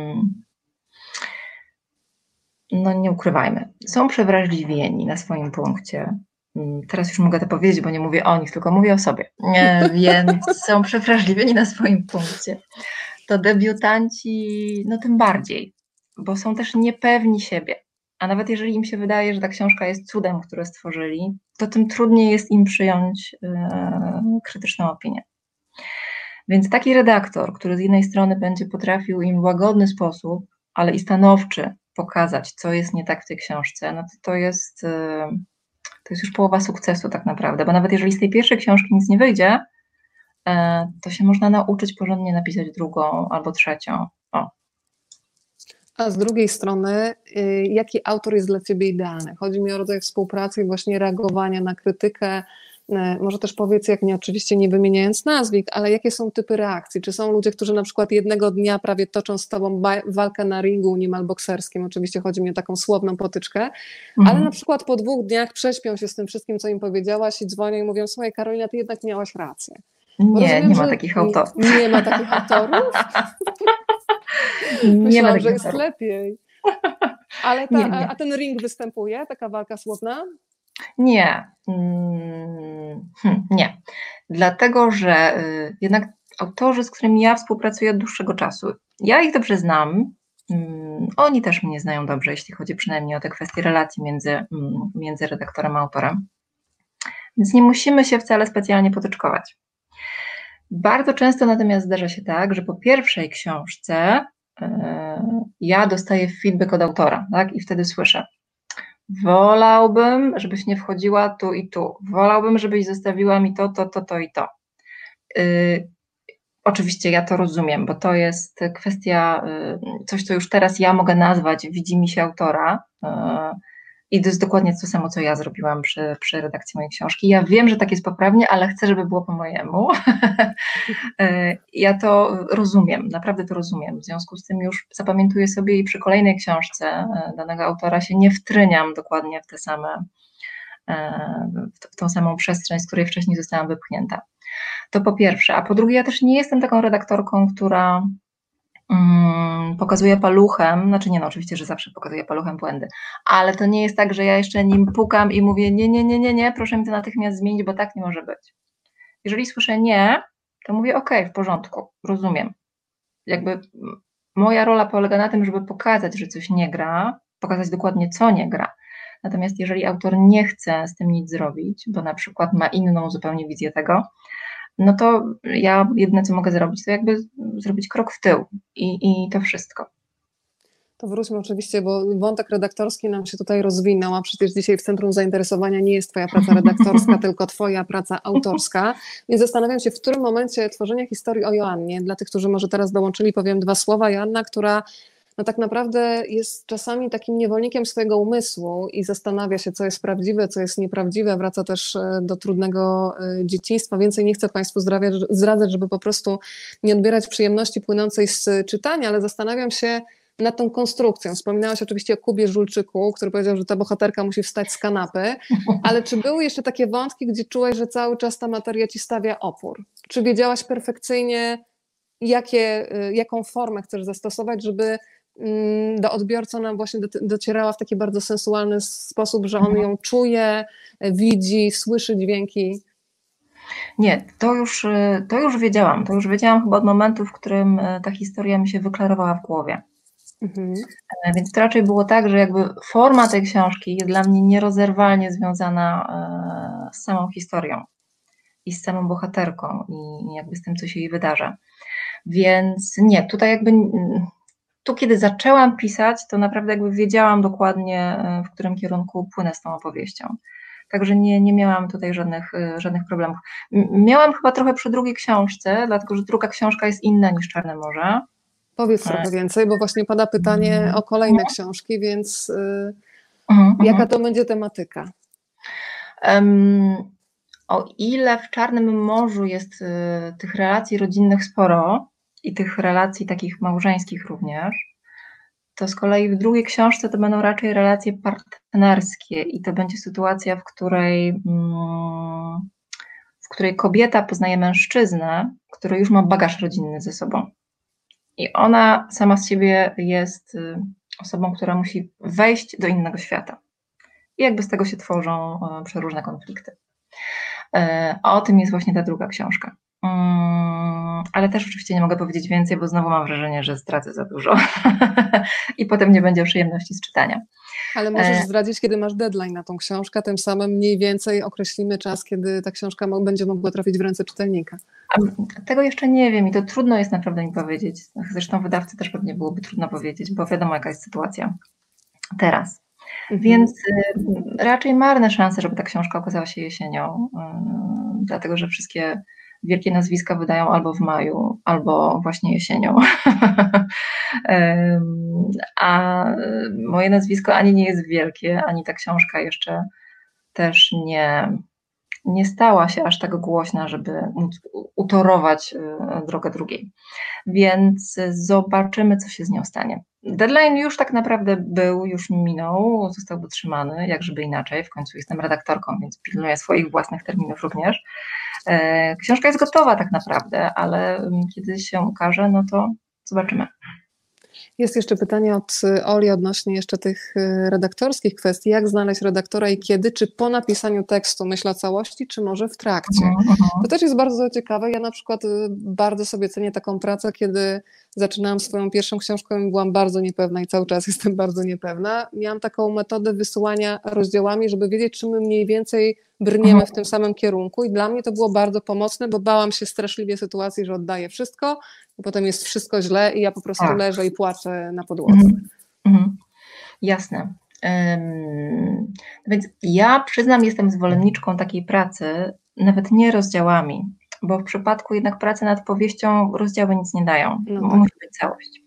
no nie ukrywajmy, są przewrażliwieni na swoim punkcie. Teraz już mogę to powiedzieć, bo nie mówię o nich, tylko mówię o sobie. Więc są przewrażliwieni na swoim punkcie. To debiutanci, no tym bardziej, bo są też niepewni siebie. A nawet jeżeli im się wydaje, że ta książka jest cudem, które stworzyli, to tym trudniej jest im przyjąć krytyczną opinię. Więc taki redaktor, który z jednej strony będzie potrafił im w łagodny sposób, ale i stanowczy pokazać, co jest nie tak w tej książce, no to jest już połowa sukcesu tak naprawdę, bo nawet jeżeli z tej pierwszej książki nic nie wyjdzie, to się można nauczyć porządnie napisać drugą albo trzecią. O. A z drugiej strony, jaki autor jest dla Ciebie idealny? Chodzi mi o rodzaj współpracy i właśnie reagowania na krytykę. Może też powiedz, jak nie, oczywiście nie wymieniając nazwisk, ale jakie są typy reakcji? Czy są ludzie, którzy na przykład jednego dnia prawie toczą z Tobą walkę na ringu niemal bokserskim, oczywiście chodzi mi o taką słowną potyczkę, ale na przykład po 2 dniach prześpią się z tym wszystkim, co im powiedziałaś i dzwonią i mówią, słuchaj Karolina, Ty jednak miałaś rację. Nie ma takich autorów. Nie ma takich autorów? Myślałam, że jest lepiej. Ale a ten ring występuje, taka walka słowna? Nie. Nie. Dlatego, że jednak autorzy, z którymi ja współpracuję od dłuższego czasu, ja ich dobrze znam, oni też mnie znają dobrze, jeśli chodzi przynajmniej o te kwestie relacji między redaktorem a autorem. Więc nie musimy się wcale specjalnie potyczkować. Bardzo często natomiast zdarza się tak, że po pierwszej książce ja dostaję feedback od autora, tak? I wtedy słyszę: wolałbym, żebyś nie wchodziła tu i tu, wolałbym, żebyś zostawiła mi to i to. Oczywiście ja to rozumiem, bo to jest kwestia, coś, co już teraz ja mogę nazwać widzimisię autora, i to jest dokładnie to samo, co ja zrobiłam przy redakcji mojej książki. Ja wiem, że tak jest poprawnie, ale chcę, żeby było po mojemu. Ja to rozumiem, naprawdę to rozumiem. W związku z tym już zapamiętuję sobie i przy kolejnej książce danego autora się nie wtryniam dokładnie w tą samą przestrzeń, z której wcześniej zostałam wypchnięta. To po pierwsze. A po drugie, ja też nie jestem taką redaktorką, która pokazuje paluchem, znaczy nie, no oczywiście, że zawsze pokazuje paluchem błędy, ale to nie jest tak, że ja jeszcze nim pukam i mówię nie, proszę mi to natychmiast zmienić, bo tak nie może być. Jeżeli słyszę nie, to mówię okej, w porządku, rozumiem. Jakby moja rola polega na tym, żeby pokazać, że coś nie gra, pokazać dokładnie, co nie gra. Natomiast jeżeli autor nie chce z tym nic zrobić, bo na przykład ma inną zupełnie wizję tego, no to ja jedyne, co mogę zrobić, to jakby zrobić krok w tył i to wszystko. To wróćmy oczywiście, bo wątek redaktorski nam się tutaj rozwinął, a przecież dzisiaj w centrum zainteresowania nie jest Twoja praca redaktorska, tylko Twoja praca autorska. Więc zastanawiam się, w którym momencie tworzenia historii o Joannie, dla tych, którzy może teraz dołączyli, powiem 2 słowa. Joanna, która no tak naprawdę jest czasami takim niewolnikiem swojego umysłu i zastanawia się, co jest prawdziwe, co jest nieprawdziwe, wraca też do trudnego dzieciństwa. Więcej nie chcę Państwu zdradzać, żeby po prostu nie odbierać przyjemności płynącej z czytania, ale zastanawiam się nad tą konstrukcją. Wspominałaś oczywiście o Kubie Żulczyku, który powiedział, że ta bohaterka musi wstać z kanapy, ale czy były jeszcze takie wątki, gdzie czułaś, że cały czas ta materia ci stawia opór? Czy wiedziałaś perfekcyjnie, jaką formę chcesz zastosować, żeby do odbiorcy ona właśnie docierała w taki bardzo sensualny sposób, że on ją czuje, widzi, słyszy dźwięki? Nie, to już wiedziałam. To już wiedziałam chyba od momentu, w którym ta historia mi się wyklarowała w głowie. Więc to raczej było tak, że jakby forma tej książki jest dla mnie nierozerwalnie związana z samą historią i z samą bohaterką i jakby z tym, co się jej wydarza. Więc nie, tutaj jakby kiedy zaczęłam pisać, to naprawdę jakby wiedziałam dokładnie, w którym kierunku płynę z tą opowieścią. Także nie miałam tutaj żadnych problemów. Miałam chyba trochę przy drugiej książce, dlatego że druga książka jest inna niż Czarne Morze. Powiedz trochę więcej, bo właśnie pada pytanie o kolejne książki, więc jaka to będzie tematyka? O ile w Czarnym Morzu jest tych relacji rodzinnych sporo i tych relacji takich małżeńskich również, to z kolei w drugiej książce to będą raczej relacje partnerskie i to będzie sytuacja, w której kobieta poznaje mężczyznę, który już ma bagaż rodzinny ze sobą. I ona sama z siebie jest osobą, która musi wejść do innego świata. I jakby z tego się tworzą przeróżne konflikty. O tym jest właśnie ta druga książka. Ale też oczywiście nie mogę powiedzieć więcej, bo znowu mam wrażenie, że zdradzę za dużo i potem nie będzie przyjemności z czytania. Ale możesz zdradzić, kiedy masz deadline na tą książkę, tym samym mniej więcej określimy czas, kiedy ta książka będzie mogła trafić w ręce czytelnika. Tego jeszcze nie wiem i to trudno jest naprawdę mi powiedzieć. Zresztą wydawcy też pewnie byłoby trudno powiedzieć, bo wiadomo, jaka jest sytuacja teraz. Więc raczej marne szanse, żeby ta książka okazała się jesienią, dlatego że wszystkie wielkie nazwiska wydają albo w maju, albo właśnie jesienią. A moje nazwisko ani nie jest wielkie, ani ta książka jeszcze też nie stała się aż tak głośna, żeby móc utorować drogę drugiej. Więc zobaczymy, co się z nią stanie. Deadline już tak naprawdę już minął, został dotrzymany, jak żeby inaczej. W końcu jestem redaktorką, więc pilnuję swoich własnych terminów również. Książka jest gotowa tak naprawdę, ale kiedy się ukaże, no to zobaczymy. Jest jeszcze pytanie od Oli odnośnie jeszcze tych redaktorskich kwestii. Jak znaleźć redaktora i kiedy? Czy po napisaniu tekstu myśl o całości, czy może w trakcie? To też jest bardzo ciekawe. Ja na przykład bardzo sobie cenię taką pracę, kiedy zaczynałam swoją pierwszą książkę i byłam bardzo niepewna i cały czas jestem bardzo niepewna. Miałam taką metodę wysyłania rozdziałami, żeby wiedzieć, czy my mniej więcej brniemy w tym samym kierunku i dla mnie to było bardzo pomocne, bo bałam się straszliwie sytuacji, że oddaję wszystko i potem jest wszystko źle i ja po prostu leżę i płaczę na podłodze. Jasne. Więc ja przyznam, jestem zwolenniczką takiej pracy, nawet nie rozdziałami, bo w przypadku jednak pracy nad powieścią rozdziały nic nie dają. No tak. Musi być całość.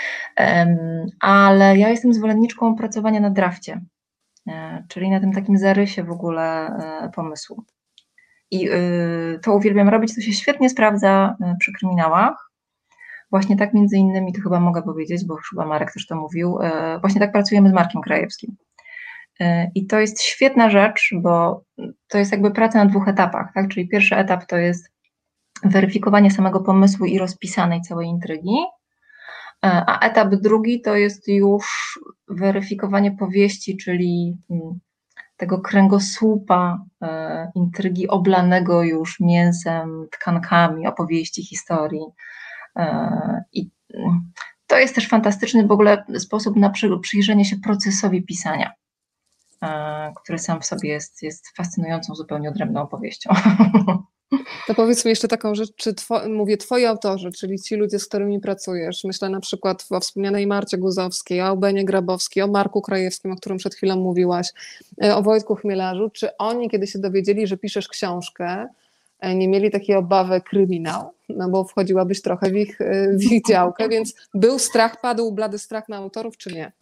Ale ja jestem zwolenniczką pracowania na drafcie, czyli na tym takim zarysie w ogóle pomysłu. I to uwielbiam robić, to się świetnie sprawdza przy kryminałach. Właśnie tak między innymi, to chyba mogę powiedzieć, bo chyba Marek też to mówił, właśnie tak pracujemy z Markiem Krajewskim. I to jest świetna rzecz, bo to jest jakby praca na dwóch etapach, tak? Czyli pierwszy etap to jest weryfikowanie samego pomysłu i rozpisanej całej intrygi, a etap drugi to jest już weryfikowanie powieści, czyli tego kręgosłupa intrygi oblanego już mięsem, tkankami, opowieści, historii. I to jest też fantastyczny w ogóle sposób na przyjrzenie się procesowi pisania, który sam w sobie jest fascynującą, zupełnie odrębną opowieścią. To powiedz mi jeszcze taką rzecz, czy mówię twoi autorzy, czyli ci ludzie, z którymi pracujesz, myślę na przykład o wspomnianej Marcie Guzowskiej, o Benie Grabowskiej, o Marku Krajewskim, o którym przed chwilą mówiłaś, o Wojtku Chmielarzu, czy oni, kiedy się dowiedzieli, że piszesz książkę, nie mieli takiej obawy kryminał, no bo wchodziłabyś trochę w ich działkę, więc był strach, padł blady strach na autorów, czy nie?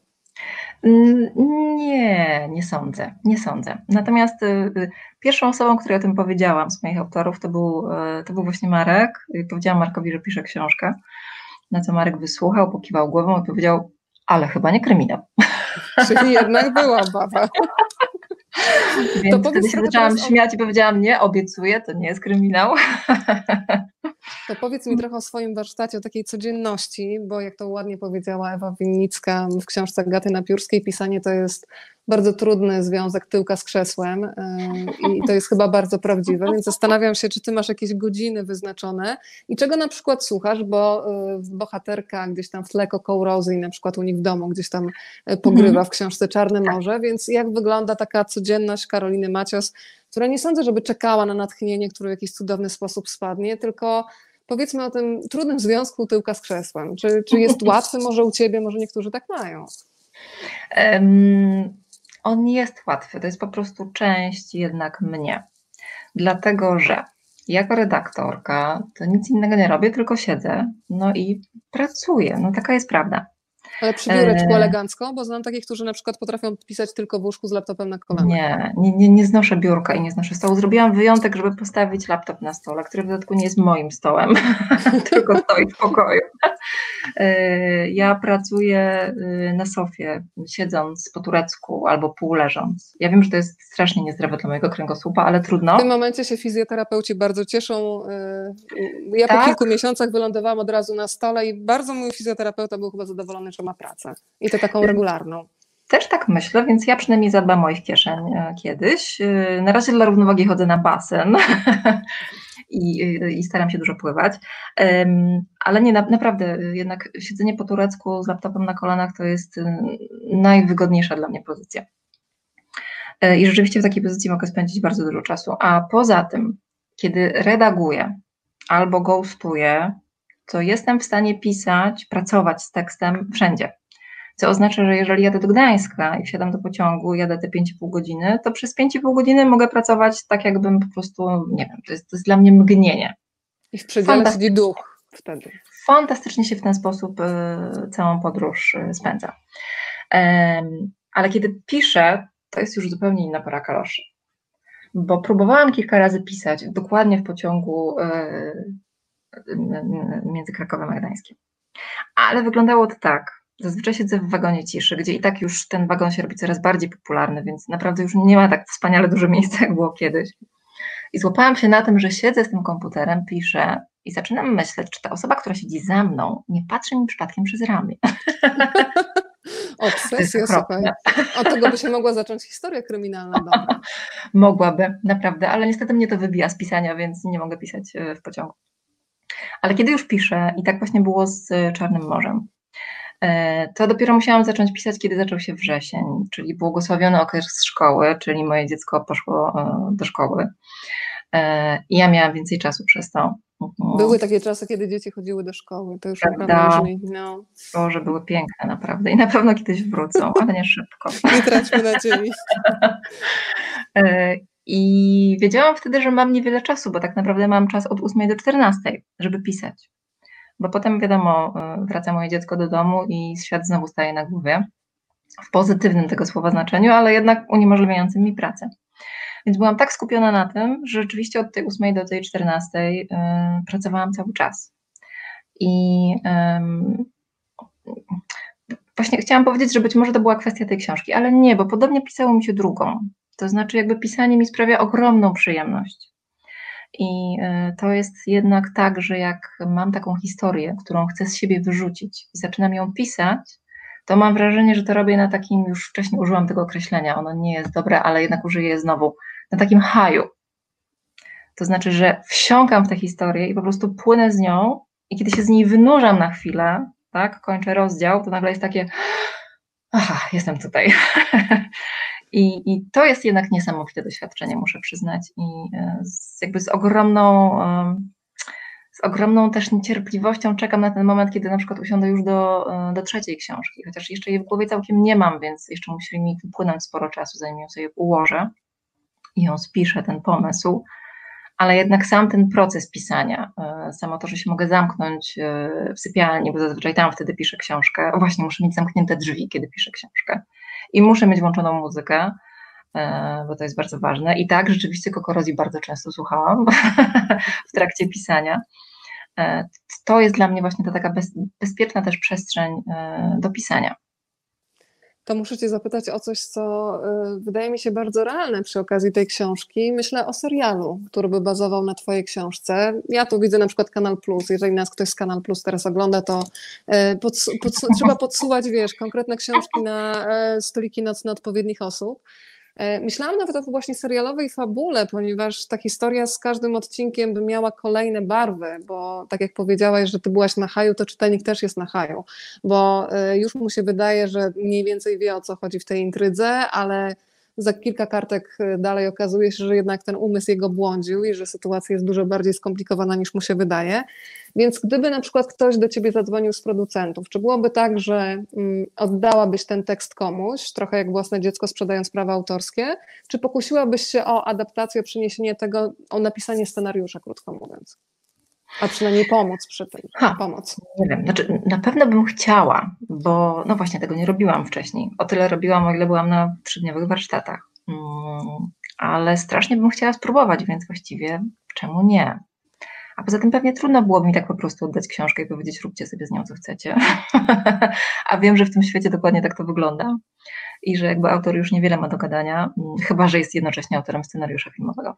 Nie sądzę. Natomiast pierwszą osobą, której o tym powiedziałam z moich autorów, to był właśnie Marek. Powiedziałam Markowi, że piszę książkę, na co Marek wysłuchał, pokiwał głową i powiedział, ale chyba nie kryminał. Czyli jednak była obawa. Więc wtedy się zaczęłam śmiać i powiedziałam, nie, obiecuję, to nie jest kryminał. To powiedz mi trochę o swoim warsztacie, o takiej codzienności, bo jak to ładnie powiedziała Ewa Winnicka w książce Agaty Napiórskiej, pisanie to jest bardzo trudny związek tyłka z krzesłem i to jest chyba bardzo prawdziwe, więc zastanawiam się, czy ty masz jakieś godziny wyznaczone i czego na przykład słuchasz, bo bohaterka gdzieś tam w tle koło Rozy i na przykład u nich w domu gdzieś tam pogrywa w książce Czarne Morze, więc jak wygląda taka codzienność Karoliny Macios, która nie sądzę, żeby czekała na natchnienie, które w jakiś cudowny sposób spadnie, tylko powiedzmy o tym trudnym związku tyłka z krzesłem. Czy jest łatwy może u ciebie, może niektórzy tak mają? On jest łatwy, to jest po prostu część jednak mnie. Dlatego, że Jako redaktorka to nic innego nie robię, tylko siedzę, no i pracuję. No taka jest prawda. Ale przy biureczku elegancko, bo znam takich, którzy na przykład potrafią pisać tylko w łóżku z laptopem na kolanach. Nie znoszę biurka i nie znoszę stołu. Zrobiłam wyjątek, żeby postawić laptop na stole, który w dodatku nie jest moim stołem, tylko stoi w pokoju. Ja pracuję na sofie, siedząc po turecku albo półleżąc. Ja wiem, że to jest strasznie niezdrowe dla mojego kręgosłupa, ale trudno. W tym momencie się fizjoterapeuci bardzo cieszą. Ja po kilku miesiącach wylądowałam od razu na stole i bardzo mój fizjoterapeuta był chyba zadowolony, że ma pracę. I to taką regularną. Też tak myślę, więc ja przynajmniej zadbam moich kieszeń kiedyś. Na razie dla równowagi chodzę na basen i staram się dużo pływać. Ale nie, naprawdę jednak siedzenie po turecku z laptopem na kolanach to jest najwygodniejsza dla mnie pozycja. I rzeczywiście w takiej pozycji mogę spędzić bardzo dużo czasu. A poza tym, kiedy redaguję albo ghostuję, to jestem w stanie pisać, pracować z tekstem wszędzie. Co oznacza, że jeżeli jadę do Gdańska i wsiadam do pociągu, jadę te 5,5 godziny, to przez 5,5 godziny mogę pracować tak, jakbym po prostu, nie wiem, to jest dla mnie mgnienie. I w przedziale siedzi duch wtedy. Fantastycznie się w ten sposób całą podróż spędza. Ale kiedy piszę, to jest już zupełnie inna para kaloszy. Bo próbowałam kilka razy pisać dokładnie w pociągu między Krakowem a Gdańskiem. Ale wyglądało to tak. Zazwyczaj siedzę w wagonie ciszy, gdzie i tak już ten wagon się robi coraz bardziej popularny, więc naprawdę już nie ma tak wspaniale dużo miejsca, jak było kiedyś. I złapałam się na tym, że siedzę z tym komputerem, piszę i zaczynam myśleć, czy ta osoba, która siedzi za mną, nie patrzy mi przypadkiem przez ramię. Obsesja, słuchaj. Od tego by się mogła zacząć historia kryminalna. Dobra. Mogłaby, naprawdę, ale niestety mnie to wybija z pisania, więc nie mogę pisać w pociągu. Ale kiedy już piszę, i tak właśnie było z Czarnym Morzem, to dopiero musiałam zacząć pisać, kiedy zaczął się wrzesień, czyli błogosławiony okres szkoły, czyli moje dziecko poszło do szkoły. I ja miałam więcej czasu przez to. Były takie czasy, kiedy dzieci chodziły do szkoły, to już naprawdę brzmi. No. Boże, były piękne naprawdę i na pewno kiedyś wrócą, ale nie szybko. Nie traćmy nadziei. I wiedziałam wtedy, że mam niewiele czasu, bo tak naprawdę mam czas od 8 do 14, żeby pisać. Bo potem, wiadomo, wraca moje dziecko do domu i świat znowu staje na głowie. W pozytywnym tego słowa znaczeniu, ale jednak uniemożliwiającym mi pracę. Więc byłam tak skupiona na tym, że rzeczywiście od tej 8 do tej 14 pracowałam cały czas. I właśnie chciałam powiedzieć, że być może to była kwestia tej książki, ale nie, bo podobnie pisało mi się drugą. To znaczy jakby pisanie mi sprawia ogromną przyjemność. I to jest jednak tak, że jak mam taką historię, którą chcę z siebie wyrzucić i zaczynam ją pisać, to mam wrażenie, że to robię na takim, już wcześniej użyłam tego określenia, ono nie jest dobre, ale jednak użyję je znowu, na takim haju. To znaczy, że wsiąkam w tę historię i po prostu płynę z nią i kiedy się z niej wynurzam na chwilę, tak, kończę rozdział, to nagle jest takie, aha, jestem tutaj. I to jest jednak niesamowite doświadczenie, muszę przyznać. I jakby z ogromną też niecierpliwością czekam na ten moment, kiedy na przykład usiądę już do trzeciej książki, chociaż jeszcze jej w głowie całkiem nie mam, więc jeszcze musi mi upłynąć sporo czasu, zanim ją sobie ułożę i ją spiszę, ten pomysł. Ale jednak sam ten proces pisania, samo to, że się mogę zamknąć w sypialni, bo zazwyczaj tam wtedy piszę książkę, właśnie muszę mieć zamknięte drzwi, kiedy piszę książkę i muszę mieć włączoną muzykę, bo to jest bardzo ważne. I tak, rzeczywiście Coco bardzo często słuchałam w trakcie pisania. To jest dla mnie właśnie ta taka bezpieczna też przestrzeń do pisania. To muszę Cię zapytać o coś, co wydaje mi się bardzo realne przy okazji tej książki. Myślę o serialu, który by bazował na Twojej książce. Ja tu widzę na przykład Kanal Plus. Jeżeli nas ktoś z Kanal Plus teraz ogląda, to trzeba podsuwać, wiesz, konkretne książki na stoliki nocne odpowiednich osób. Myślałam nawet o właśnie serialowej fabule, ponieważ ta historia z każdym odcinkiem by miała kolejne barwy, bo tak jak powiedziałaś, że ty byłaś na haju, to czytelnik też jest na haju, bo już mu się wydaje, że mniej więcej wie, o co chodzi w tej intrydze, ale za kilka kartek dalej okazuje się, że jednak ten umysł jego błądził i że sytuacja jest dużo bardziej skomplikowana niż mu się wydaje. Więc gdyby na przykład ktoś do ciebie zadzwonił z producentów, czy byłoby tak, że oddałabyś ten tekst komuś, trochę jak własne dziecko sprzedając prawa autorskie, czy pokusiłabyś się o adaptację, o przeniesienie tego, o napisanie scenariusza, krótko mówiąc? A przynajmniej pomóc przy tym. Pomoc. Nie wiem, znaczy na pewno bym chciała, bo no właśnie tego nie robiłam wcześniej. O tyle robiłam, o ile byłam na 3-dniowych warsztatach. Ale strasznie bym chciała spróbować, więc właściwie czemu nie? A poza tym pewnie trudno byłoby mi tak po prostu oddać książkę i powiedzieć, róbcie sobie z nią co chcecie. A wiem, że w tym świecie dokładnie tak to wygląda i że jakby autor już niewiele ma do gadania, chyba że jest jednocześnie autorem scenariusza filmowego.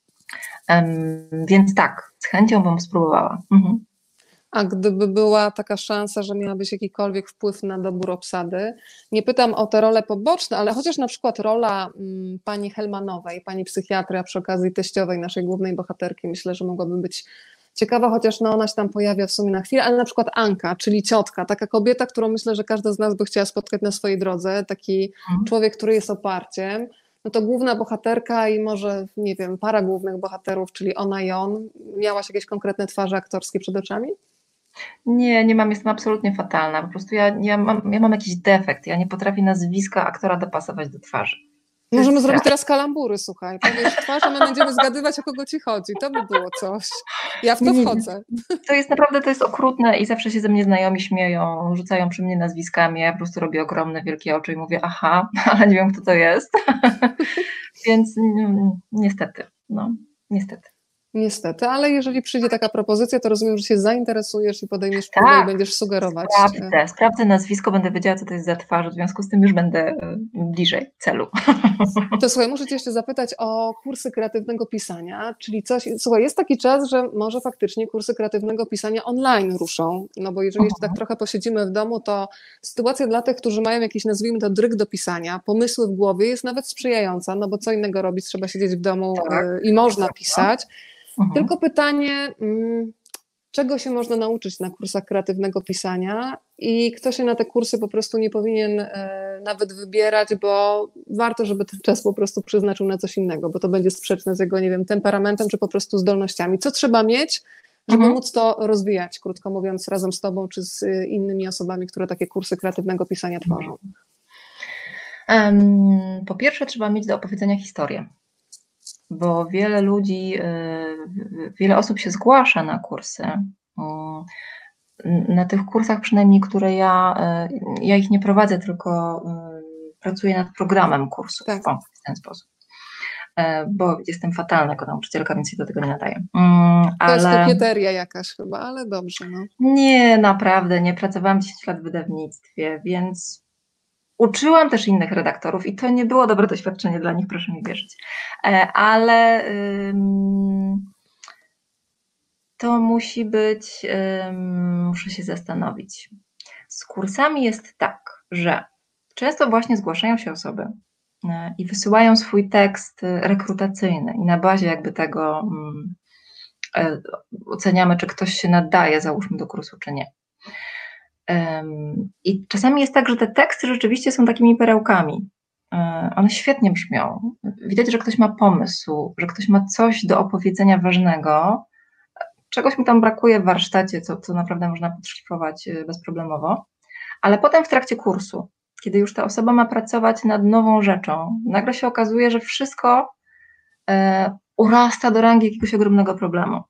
Więc tak, z chęcią bym spróbowała. A gdyby była taka szansa, że miałabyś jakikolwiek wpływ na dobór obsady, nie pytam o te role poboczne, ale chociaż na przykład rola pani Helmanowej, pani psychiatry, a przy okazji teściowej naszej głównej bohaterki, myślę, że mogłaby być ciekawa, chociaż no ona się tam pojawia w sumie na chwilę, ale na przykład Anka, czyli ciotka, taka kobieta, którą myślę, że każda z nas by chciała spotkać na swojej drodze, taki człowiek, który jest oparciem, no to główna bohaterka i może, nie wiem, para głównych bohaterów, czyli ona i on. Miałaś jakieś konkretne twarze aktorskie przed oczami? Nie mam, jestem absolutnie fatalna. Po prostu ja mam jakiś defekt. Ja nie potrafię nazwiska aktora dopasować do twarzy. Możemy zrobić teraz kalambury, słuchaj. Powiesz twarz, a my będziemy zgadywać, o kogo ci chodzi. To by było coś. Ja w to wchodzę. To jest naprawdę, to jest okrutne i zawsze się ze mnie znajomi śmieją, rzucają przy mnie nazwiskami, ja po prostu robię ogromne, wielkie oczy i mówię aha, ale nie wiem, kto to jest. Więc niestety, niestety. Niestety, ale jeżeli przyjdzie taka propozycja, to rozumiem, że się zainteresujesz i podejmiesz próbę i będziesz sugerować. Sprawdzę nazwisko, będę wiedziała, co to jest za twarz, w związku z tym już będę bliżej celu. To słuchaj, muszę cię jeszcze zapytać o kursy kreatywnego pisania, czyli coś, słuchaj, jest taki czas, że może faktycznie kursy kreatywnego pisania online ruszą, no bo jeżeli jeszcze tak trochę posiedzimy w domu, to sytuacja dla tych, którzy mają jakiś, nazwijmy to, dryg do pisania, pomysły w głowie jest nawet sprzyjająca, no bo co innego robić, trzeba siedzieć w domu i można pisać. Tylko pytanie, czego się można nauczyć na kursach kreatywnego pisania i kto się na te kursy po prostu nie powinien nawet wybierać, bo warto, żeby ten czas po prostu przeznaczył na coś innego, bo to będzie sprzeczne z jego, nie wiem, temperamentem czy po prostu zdolnościami. Co trzeba mieć, żeby móc to rozwijać, krótko mówiąc, razem z tobą czy z innymi osobami, które takie kursy kreatywnego pisania tworzą? Po pierwsze trzeba mieć do opowiedzenia historię. Bo wiele ludzi, wiele osób się zgłasza na kursy. Na tych kursach przynajmniej, które ja ich nie prowadzę, tylko pracuję nad programem kursu w ten sposób. Bo jestem fatalna jako nauczycielka, więc się do tego nie nadaję. To jest kokieteria jakaś chyba, ale dobrze. No. Nie, naprawdę, nie pracowałam 10 lat w wydawnictwie, więc uczyłam też innych redaktorów i to nie było dobre doświadczenie dla nich, proszę mi wierzyć. Ale to musi być, muszę się zastanowić. Z kursami jest tak, że często właśnie zgłaszają się osoby i wysyłają swój tekst rekrutacyjny i na bazie jakby tego oceniamy, czy ktoś się nadaje, załóżmy, do kursu, czy nie. I czasami jest tak, że te teksty rzeczywiście są takimi perełkami. One świetnie brzmią. Widać, że ktoś ma pomysł, że ktoś ma coś do opowiedzenia ważnego. Czegoś mi tam brakuje w warsztacie, co naprawdę można podszlifować bezproblemowo. Ale potem w trakcie kursu, kiedy już ta osoba ma pracować nad nową rzeczą, nagle się okazuje, że wszystko urasta do rangi jakiegoś ogromnego problemu.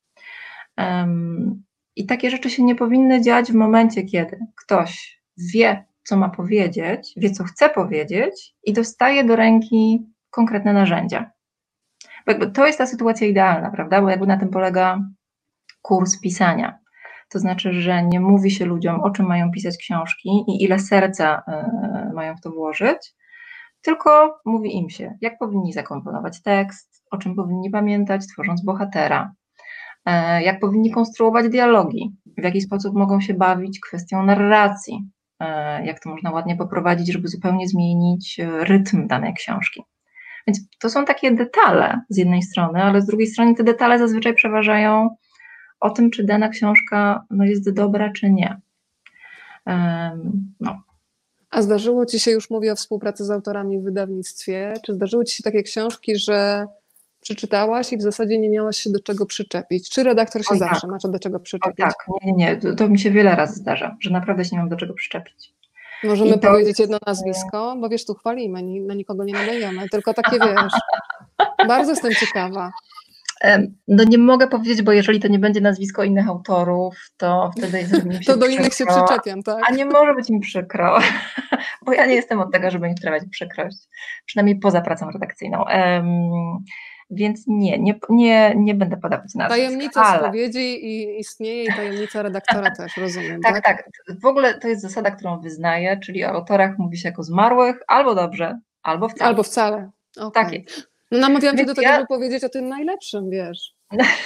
I takie rzeczy się nie powinny dziać w momencie, kiedy ktoś wie, co ma powiedzieć, wie, co chce powiedzieć i dostaje do ręki konkretne narzędzia. Bo jakby to jest ta sytuacja idealna, prawda? Bo jakby na tym polega kurs pisania. To znaczy, że nie mówi się ludziom, o czym mają pisać książki i ile serca mają w to włożyć, tylko mówi im się, jak powinni zakomponować tekst, o czym powinni pamiętać, tworząc bohatera, jak powinni konstruować dialogi, w jaki sposób mogą się bawić kwestią narracji, jak to można ładnie poprowadzić, żeby zupełnie zmienić rytm danej książki. Więc to są takie detale z jednej strony, ale z drugiej strony te detale zazwyczaj przeważają o tym, czy dana książka jest dobra, czy nie. A zdarzyło ci się, już mówię o współpracy z autorami w wydawnictwie, czy zdarzyły ci się takie książki, że przeczytałaś i w zasadzie nie miałaś się do czego przyczepić? Czy redaktor się Oj tak, zawsze ma do czego oj przyczepić? tak, nie, to mi się wiele razy zdarza, że naprawdę się nie mam do czego przyczepić. Możemy I to powiedzieć jest, jedno nazwisko, bo wiesz, tu chwalimy, na nikogo nie nadajemy, tylko takie wiesz. Bardzo jestem ciekawa. no nie mogę powiedzieć, bo jeżeli to nie będzie nazwisko innych autorów, to wtedy zrobi mi się To do innych się przykro, przyczepiam, tak? a nie może być mi przykro, bo ja nie jestem od tego, żeby mi sprawiać przykrość, przynajmniej poza pracą redakcyjną. Więc nie będę podawać nazwisk, Tajemnica ale spowiedzi i istnieje i tajemnica redaktora też, rozumiem, tak, tak? tak, w ogóle to jest zasada, którą wyznaję, czyli o autorach mówi się jako zmarłych, albo dobrze, albo wcale. Albo wcale. Tak Okej. jest. No namawiam cię Więc do tego, żeby powiedzieć o tym najlepszym, wiesz.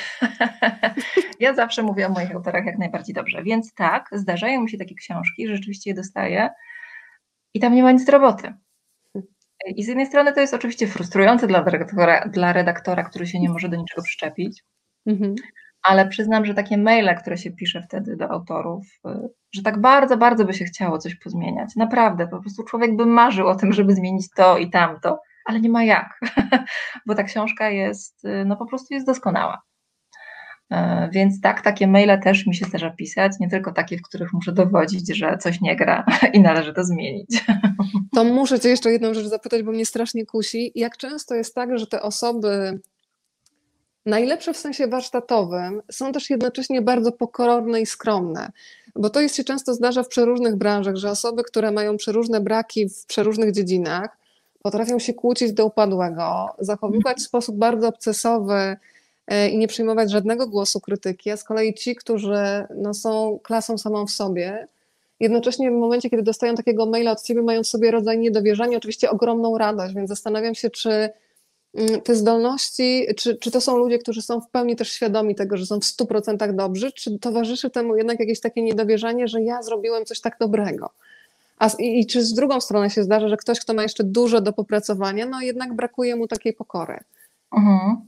Ja zawsze mówię o moich autorach jak najbardziej dobrze, więc tak, zdarzają mi się takie książki, rzeczywiście je dostaję i tam nie ma nic do roboty. I z jednej strony to jest oczywiście frustrujące dla redaktora, który się nie może do niczego przyczepić, Mhm. ale przyznam, że takie maile, które się pisze wtedy do autorów, że tak bardzo, bardzo by się chciało coś pozmieniać. Naprawdę, po prostu człowiek by marzył o tym, żeby zmienić to i tamto, ale nie ma jak, bo ta książka jest, no po prostu jest doskonała. Więc tak, takie maile też mi się zdarza pisać, nie tylko takie, w których muszę dowodzić, że coś nie gra i należy to zmienić. To muszę cię jeszcze jedną rzecz zapytać, bo mnie strasznie kusi. Jak często jest tak, że te osoby najlepsze w sensie warsztatowym są też jednocześnie bardzo pokorne i skromne? Bo to się często zdarza w przeróżnych branżach, że osoby, które mają przeróżne braki w przeróżnych dziedzinach, potrafią się kłócić do upadłego, zachowywać w sposób bardzo obcesowy i nie przyjmować żadnego głosu krytyki, a z kolei ci, którzy no, są klasą samą w sobie, jednocześnie w momencie, kiedy dostają takiego maila od ciebie, mają w sobie rodzaj niedowierzania, oczywiście ogromną radość, więc zastanawiam się, czy te zdolności, czy to są ludzie, którzy są w pełni też świadomi tego, że są w 100% dobrzy, czy towarzyszy temu jednak jakieś takie niedowierzanie, że ja zrobiłem coś tak dobrego? I czy z drugą stronę się zdarza, że ktoś, kto ma jeszcze dużo do popracowania, no jednak brakuje mu takiej pokory? Mhm.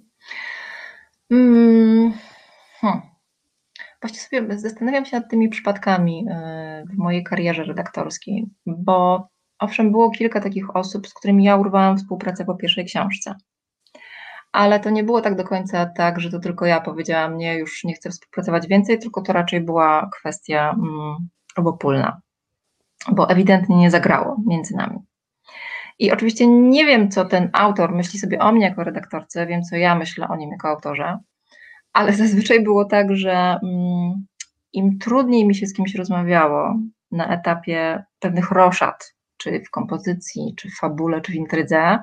Hmm. Właśnie sobie zastanawiam się nad tymi przypadkami w mojej karierze redaktorskiej, bo owszem, było kilka takich osób, z którymi ja urwałam współpracę po pierwszej książce, ale to nie było tak do końca tak, że to tylko ja powiedziałam, nie, już nie chcę współpracować więcej, tylko to raczej była kwestia obopólna, bo ewidentnie nie zagrało między nami. I oczywiście nie wiem, co ten autor myśli sobie o mnie jako redaktorce, wiem, co ja myślę o nim jako autorze, ale zazwyczaj było tak, że im trudniej mi się z kimś rozmawiało na etapie pewnych roszad, czy w kompozycji, czy w fabule, czy w intrydze,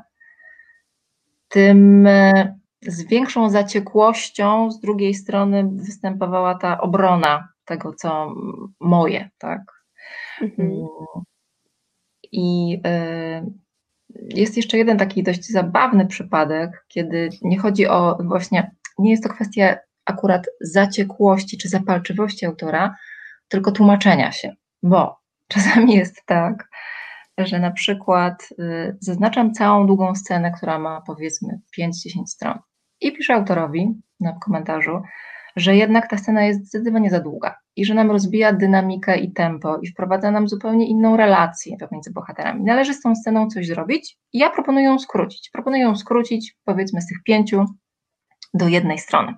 tym z większą zaciekłością z drugiej strony występowała ta obrona tego, co moje, tak? Mhm. I jest jeszcze jeden taki dość zabawny przypadek, kiedy nie chodzi o właśnie, nie jest to kwestia akurat zaciekłości czy zapalczywości autora, tylko tłumaczenia się, bo czasami jest tak, że na przykład zaznaczam całą długą scenę, która ma powiedzmy 5-10 stron i piszę autorowi w komentarzu, że jednak ta scena jest zdecydowanie za długa i że nam rozbija dynamikę i tempo i wprowadza nam zupełnie inną relację pomiędzy bohaterami. Należy z tą sceną coś zrobić i ja proponuję ją skrócić. Proponuję ją skrócić powiedzmy z tych 5 do 1 strony.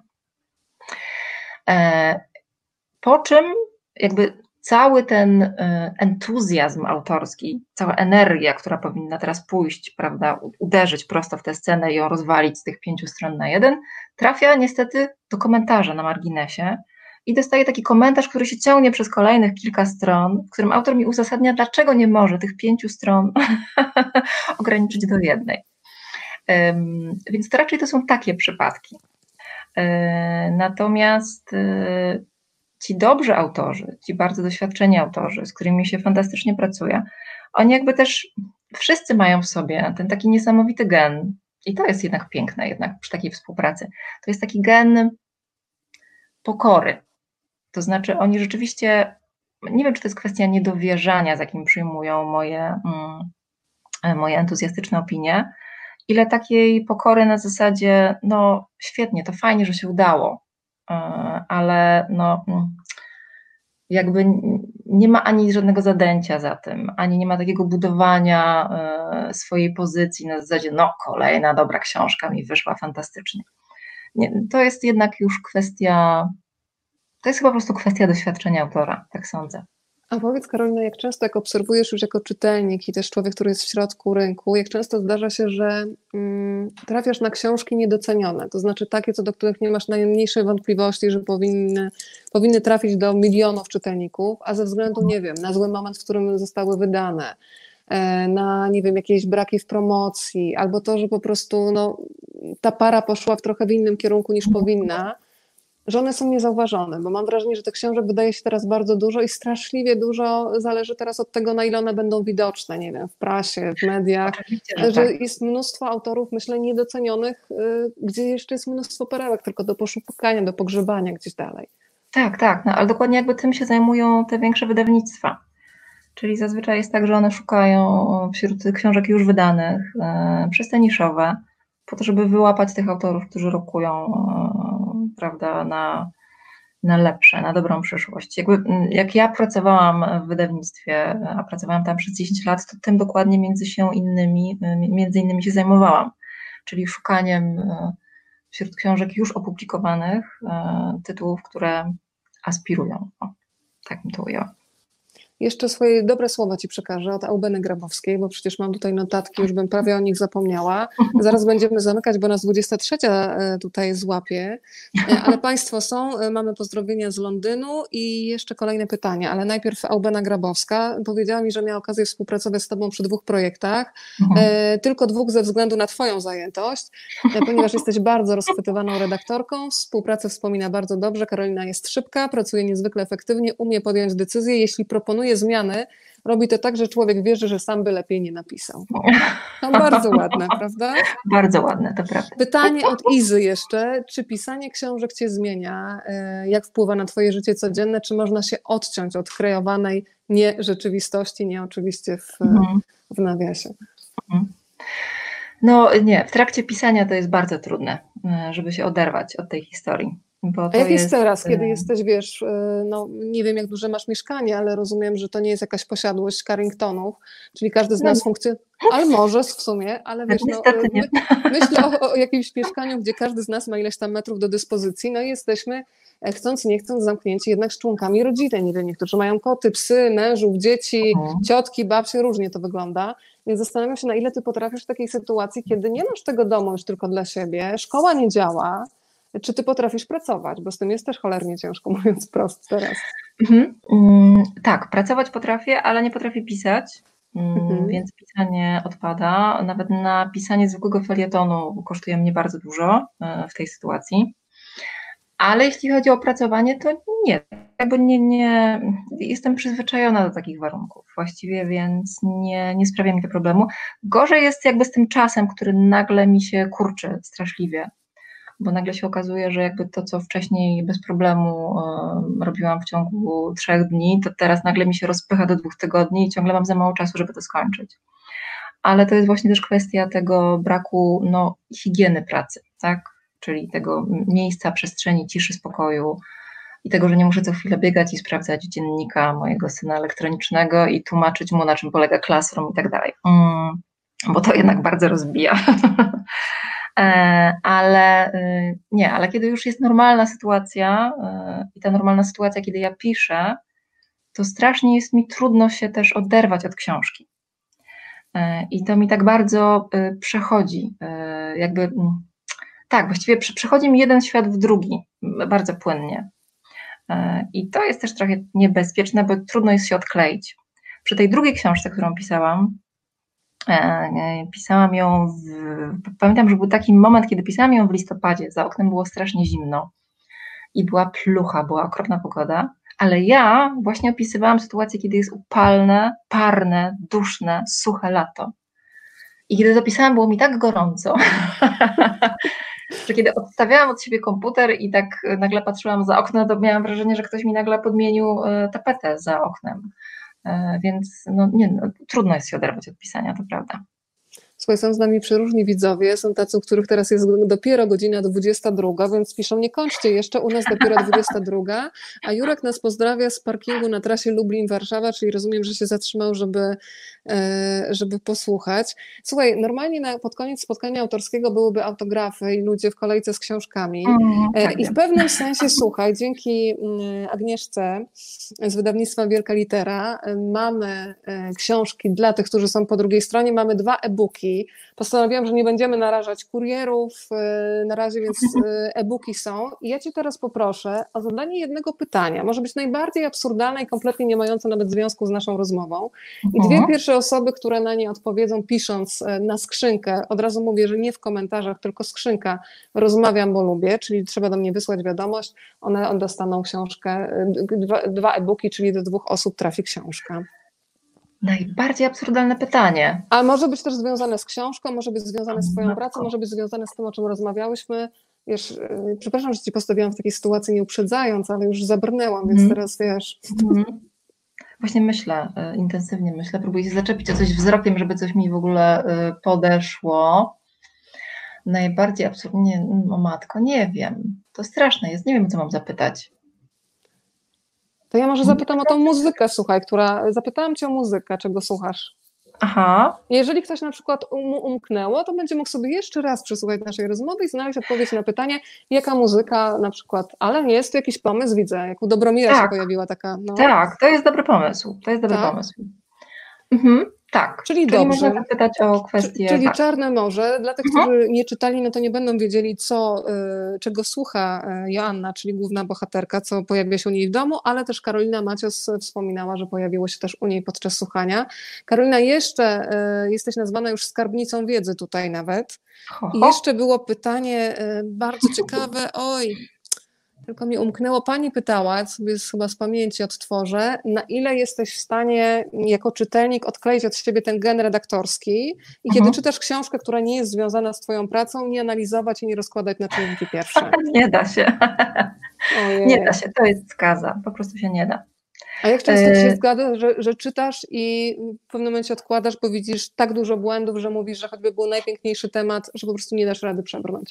Po czym jakby cały ten entuzjazm autorski, cała energia, która powinna teraz pójść, prawda, uderzyć prosto w tę scenę i ją rozwalić z tych 5 stron na 1, trafia niestety do komentarza na marginesie i dostaję taki komentarz, który się ciągnie przez kolejnych kilka stron, w którym autor mi uzasadnia, dlaczego nie może tych 5 stron ograniczyć do 1. Więc to raczej to są takie przypadki. Natomiast ci dobrzy autorzy, ci bardzo doświadczeni autorzy, z którymi się fantastycznie pracuje, oni jakby też wszyscy mają w sobie ten taki niesamowity gen i to jest jednak piękne jednak przy takiej współpracy. To jest taki gen pokory. To znaczy oni rzeczywiście, nie wiem, czy to jest kwestia niedowierzania, z jakim przyjmują moje entuzjastyczne opinie, ile takiej pokory na zasadzie, no świetnie, to fajnie, że się udało, ale no jakby nie ma ani żadnego zadęcia za tym, ani nie ma takiego budowania swojej pozycji na zasadzie, no kolejna dobra książka mi wyszła fantastycznie. Nie, to jest jednak już kwestia, to jest chyba po prostu kwestia doświadczenia autora, tak sądzę. A powiedz, Karolina, jak często, jak obserwujesz już jako czytelnik i też człowiek, który jest w środku rynku, jak często zdarza się, że trafiasz na książki niedocenione, to znaczy takie, co do których nie masz najmniejszej wątpliwości, że powinny trafić do milionów czytelników, a ze względu, nie wiem, na zły moment, w którym zostały wydane, na, nie wiem, jakieś braki w promocji, albo to, że po prostu no, ta para poszła trochę w innym kierunku niż powinna, że one są niezauważone, bo mam wrażenie, że tych książek wydaje się teraz bardzo dużo i straszliwie dużo zależy teraz od tego, na ile one będą widoczne, nie wiem, w prasie, w mediach, że tak. jest mnóstwo autorów, myślę, niedocenionych, gdzie jeszcze jest mnóstwo perełek, tylko do poszukania, do pogrzebania gdzieś dalej. Tak, no, ale dokładnie jakby tym się zajmują te większe wydawnictwa. Czyli zazwyczaj jest tak, że one szukają wśród książek już wydanych, przez te niszowe, po to, żeby wyłapać tych autorów, którzy rokują, prawda, na lepsze, na dobrą przyszłość. Jakby, jak ja pracowałam w wydawnictwie, a pracowałam tam przez 10 lat, to tym dokładnie między innymi się zajmowałam, czyli szukaniem wśród książek już opublikowanych tytułów, które aspirują. O, tak bym to ujęła. Jeszcze swoje dobre słowa Ci przekażę od Eubeny Grabowskiej, bo przecież mam tutaj notatki, już bym prawie o nich zapomniała. Zaraz będziemy zamykać, bo nas 23 tutaj złapie, ale Państwo są, mamy pozdrowienia z Londynu i jeszcze kolejne pytania, ale najpierw Eubena Grabowska powiedziała mi, że miała okazję współpracować z Tobą przy 2 projektach, tylko 2 ze względu na Twoją zajętość, ponieważ jesteś bardzo rozchwytywaną redaktorką, współpracę wspomina bardzo dobrze, Karolina jest szybka, pracuje niezwykle efektywnie, umie podjąć decyzję, jeśli proponuje zmiany, robi to tak, że człowiek wierzy, że sam by lepiej nie napisał. No, bardzo ładne, prawda? Bardzo ładne, to prawda. Pytanie od Izy jeszcze. Czy pisanie książek Cię zmienia? Jak wpływa na Twoje życie codzienne? Czy można się odciąć od kreowanej nie rzeczywistości, nie oczywiście w nawiasie? No nie, w trakcie pisania to jest bardzo trudne, żeby się oderwać od tej historii. Bo to A jak jest teraz, kiedy jesteś, wiesz, no nie wiem jak duże masz mieszkanie, ale rozumiem, że to nie jest jakaś posiadłość Carringtonów, czyli każdy z nas funkcjonuje, ale może w sumie, ale wiesz, no, myślę o jakimś mieszkaniu, gdzie każdy z nas ma ileś tam metrów do dyspozycji, no i jesteśmy, chcąc nie chcąc, zamknięci jednak z członkami rodziny, nie wiem, niektórzy mają koty, psy, mężów, dzieci, ciotki, babcie, różnie to wygląda, więc zastanawiam się, na ile ty potrafisz w takiej sytuacji, kiedy nie masz tego domu już tylko dla siebie, szkoła nie działa, czy ty potrafisz pracować, bo z tym jest też cholernie ciężko, mówiąc prosto teraz. Tak, pracować potrafię, ale nie potrafię pisać, więc pisanie odpada. Nawet na pisanie zwykłego felietonu kosztuje mnie bardzo dużo w tej sytuacji. Ale jeśli chodzi o opracowanie, to nie. Jakby nie jestem przyzwyczajona do takich warunków właściwie, więc nie sprawia mi to problemu. Gorzej jest jakby z tym czasem, który nagle mi się kurczy straszliwie, bo nagle się okazuje, że jakby to, co wcześniej bez problemu robiłam w ciągu 3 dni, to teraz nagle mi się rozpycha do 2 tygodni i ciągle mam za mało czasu, żeby to skończyć. Ale to jest właśnie też kwestia tego braku higieny pracy, tak? Czyli tego miejsca, przestrzeni, ciszy, spokoju i tego, że nie muszę co chwilę biegać i sprawdzać dziennika mojego syna elektronicznego i tłumaczyć mu, na czym polega Classroom i tak dalej. Bo to jednak bardzo rozbija. Ale kiedy już jest normalna sytuacja i ta normalna sytuacja, kiedy ja piszę, to strasznie jest mi trudno się też oderwać od książki. I to mi tak bardzo przechodzi, tak, właściwie przechodzi mi jeden świat w drugi, bardzo płynnie. I to jest też trochę niebezpieczne, bo trudno jest się odkleić. Przy tej drugiej książce, którą pisałam ją, pamiętam, że był taki moment, kiedy pisałam ją w listopadzie, za oknem było strasznie zimno i była plucha, była okropna pogoda, ale ja właśnie opisywałam sytuację, kiedy jest upalne, parne, duszne, suche lato. I kiedy zapisałam, było mi tak gorąco, że kiedy odstawiałam od siebie komputer i tak nagle patrzyłam za okno, to miałam wrażenie, że ktoś mi nagle podmienił tapetę za oknem. Więc trudno jest się oderwać od pisania, to prawda. Słuchaj, są z nami przeróżni widzowie, są tacy, u których teraz jest dopiero godzina 22, więc piszą, nie kończcie jeszcze, u nas dopiero 22, a Jurek nas pozdrawia z parkingu na trasie Lublin-Warszawa, czyli rozumiem, że się zatrzymał, żeby posłuchać. Słuchaj, normalnie pod koniec spotkania autorskiego byłyby autografy i ludzie w kolejce z książkami. Tak I wiem. w pewnym sensie, słuchaj, dzięki Agnieszce z wydawnictwa Wielka Litera mamy książki dla tych, którzy są po drugiej stronie. Mamy 2 e-booki. Postanowiłam, że nie będziemy narażać kurierów na razie, więc e-booki są. I ja Cię teraz poproszę o zadanie jednego pytania. Może być najbardziej absurdalne i kompletnie nie mające nawet związku z naszą rozmową. I 2 pierwsze osoby, które na nie odpowiedzą, pisząc na skrzynkę, od razu mówię, że nie w komentarzach, tylko skrzynka, rozmawiam, bo lubię, czyli trzeba do mnie wysłać wiadomość, one dostaną książkę, 2 e-booki, czyli do 2 osób trafi książka. Najbardziej absurdalne pytanie. A może być też związane z książką, może być związane z Twoją pracą, może być związane z tym, o czym rozmawiałyśmy. Wiesz, przepraszam, że Ci postawiłam w takiej sytuacji nie uprzedzając, ale już zabrnęłam, więc teraz wiesz. Właśnie myślę, intensywnie myślę, próbuję się zaczepić o coś wzrokiem, żeby coś mi w ogóle podeszło. Najbardziej absurdnie, o matko, nie wiem. To straszne jest, nie wiem, co mam zapytać. To ja może zapytam o tą muzykę, słuchaj, zapytałam Cię o muzykę, czego słuchasz. Aha. Jeżeli ktoś na przykład umknęło, to będzie mógł sobie jeszcze raz przesłuchać naszej rozmowy i znaleźć odpowiedź na pytanie, jaka muzyka na przykład, ale jest tu jakiś pomysł, widzę, jak u Dobromira się pojawiła taka. No. Tak, to jest dobry pomysł, pomysł. Tak, czyli dobrze. Można zapytać o kwestię. Czyli Czarne Morze. Dla tych, którzy nie czytali, no to nie będą wiedzieli, czego słucha Joanna, czyli główna bohaterka, co pojawia się u niej w domu, ale też Karolina Macios wspominała, że pojawiło się też u niej podczas słuchania. Karolina, jeszcze jesteś nazwana już skarbnicą wiedzy tutaj nawet. I jeszcze było pytanie bardzo ciekawe. Oj, tylko mi umknęło. Pani pytała, sobie chyba z pamięci odtworzę, na ile jesteś w stanie jako czytelnik odkleić od siebie ten gen redaktorski i kiedy czytasz książkę, która nie jest związana z Twoją pracą, nie analizować i nie rozkładać na czynniki pierwsze. Nie da się. Ojej. Nie da się, to jest skaza, po prostu się nie da. A jak często ci się zgadza, że czytasz i w pewnym momencie odkładasz, bo widzisz tak dużo błędów, że mówisz, że choćby był najpiękniejszy temat, że po prostu nie dasz rady przebrnąć?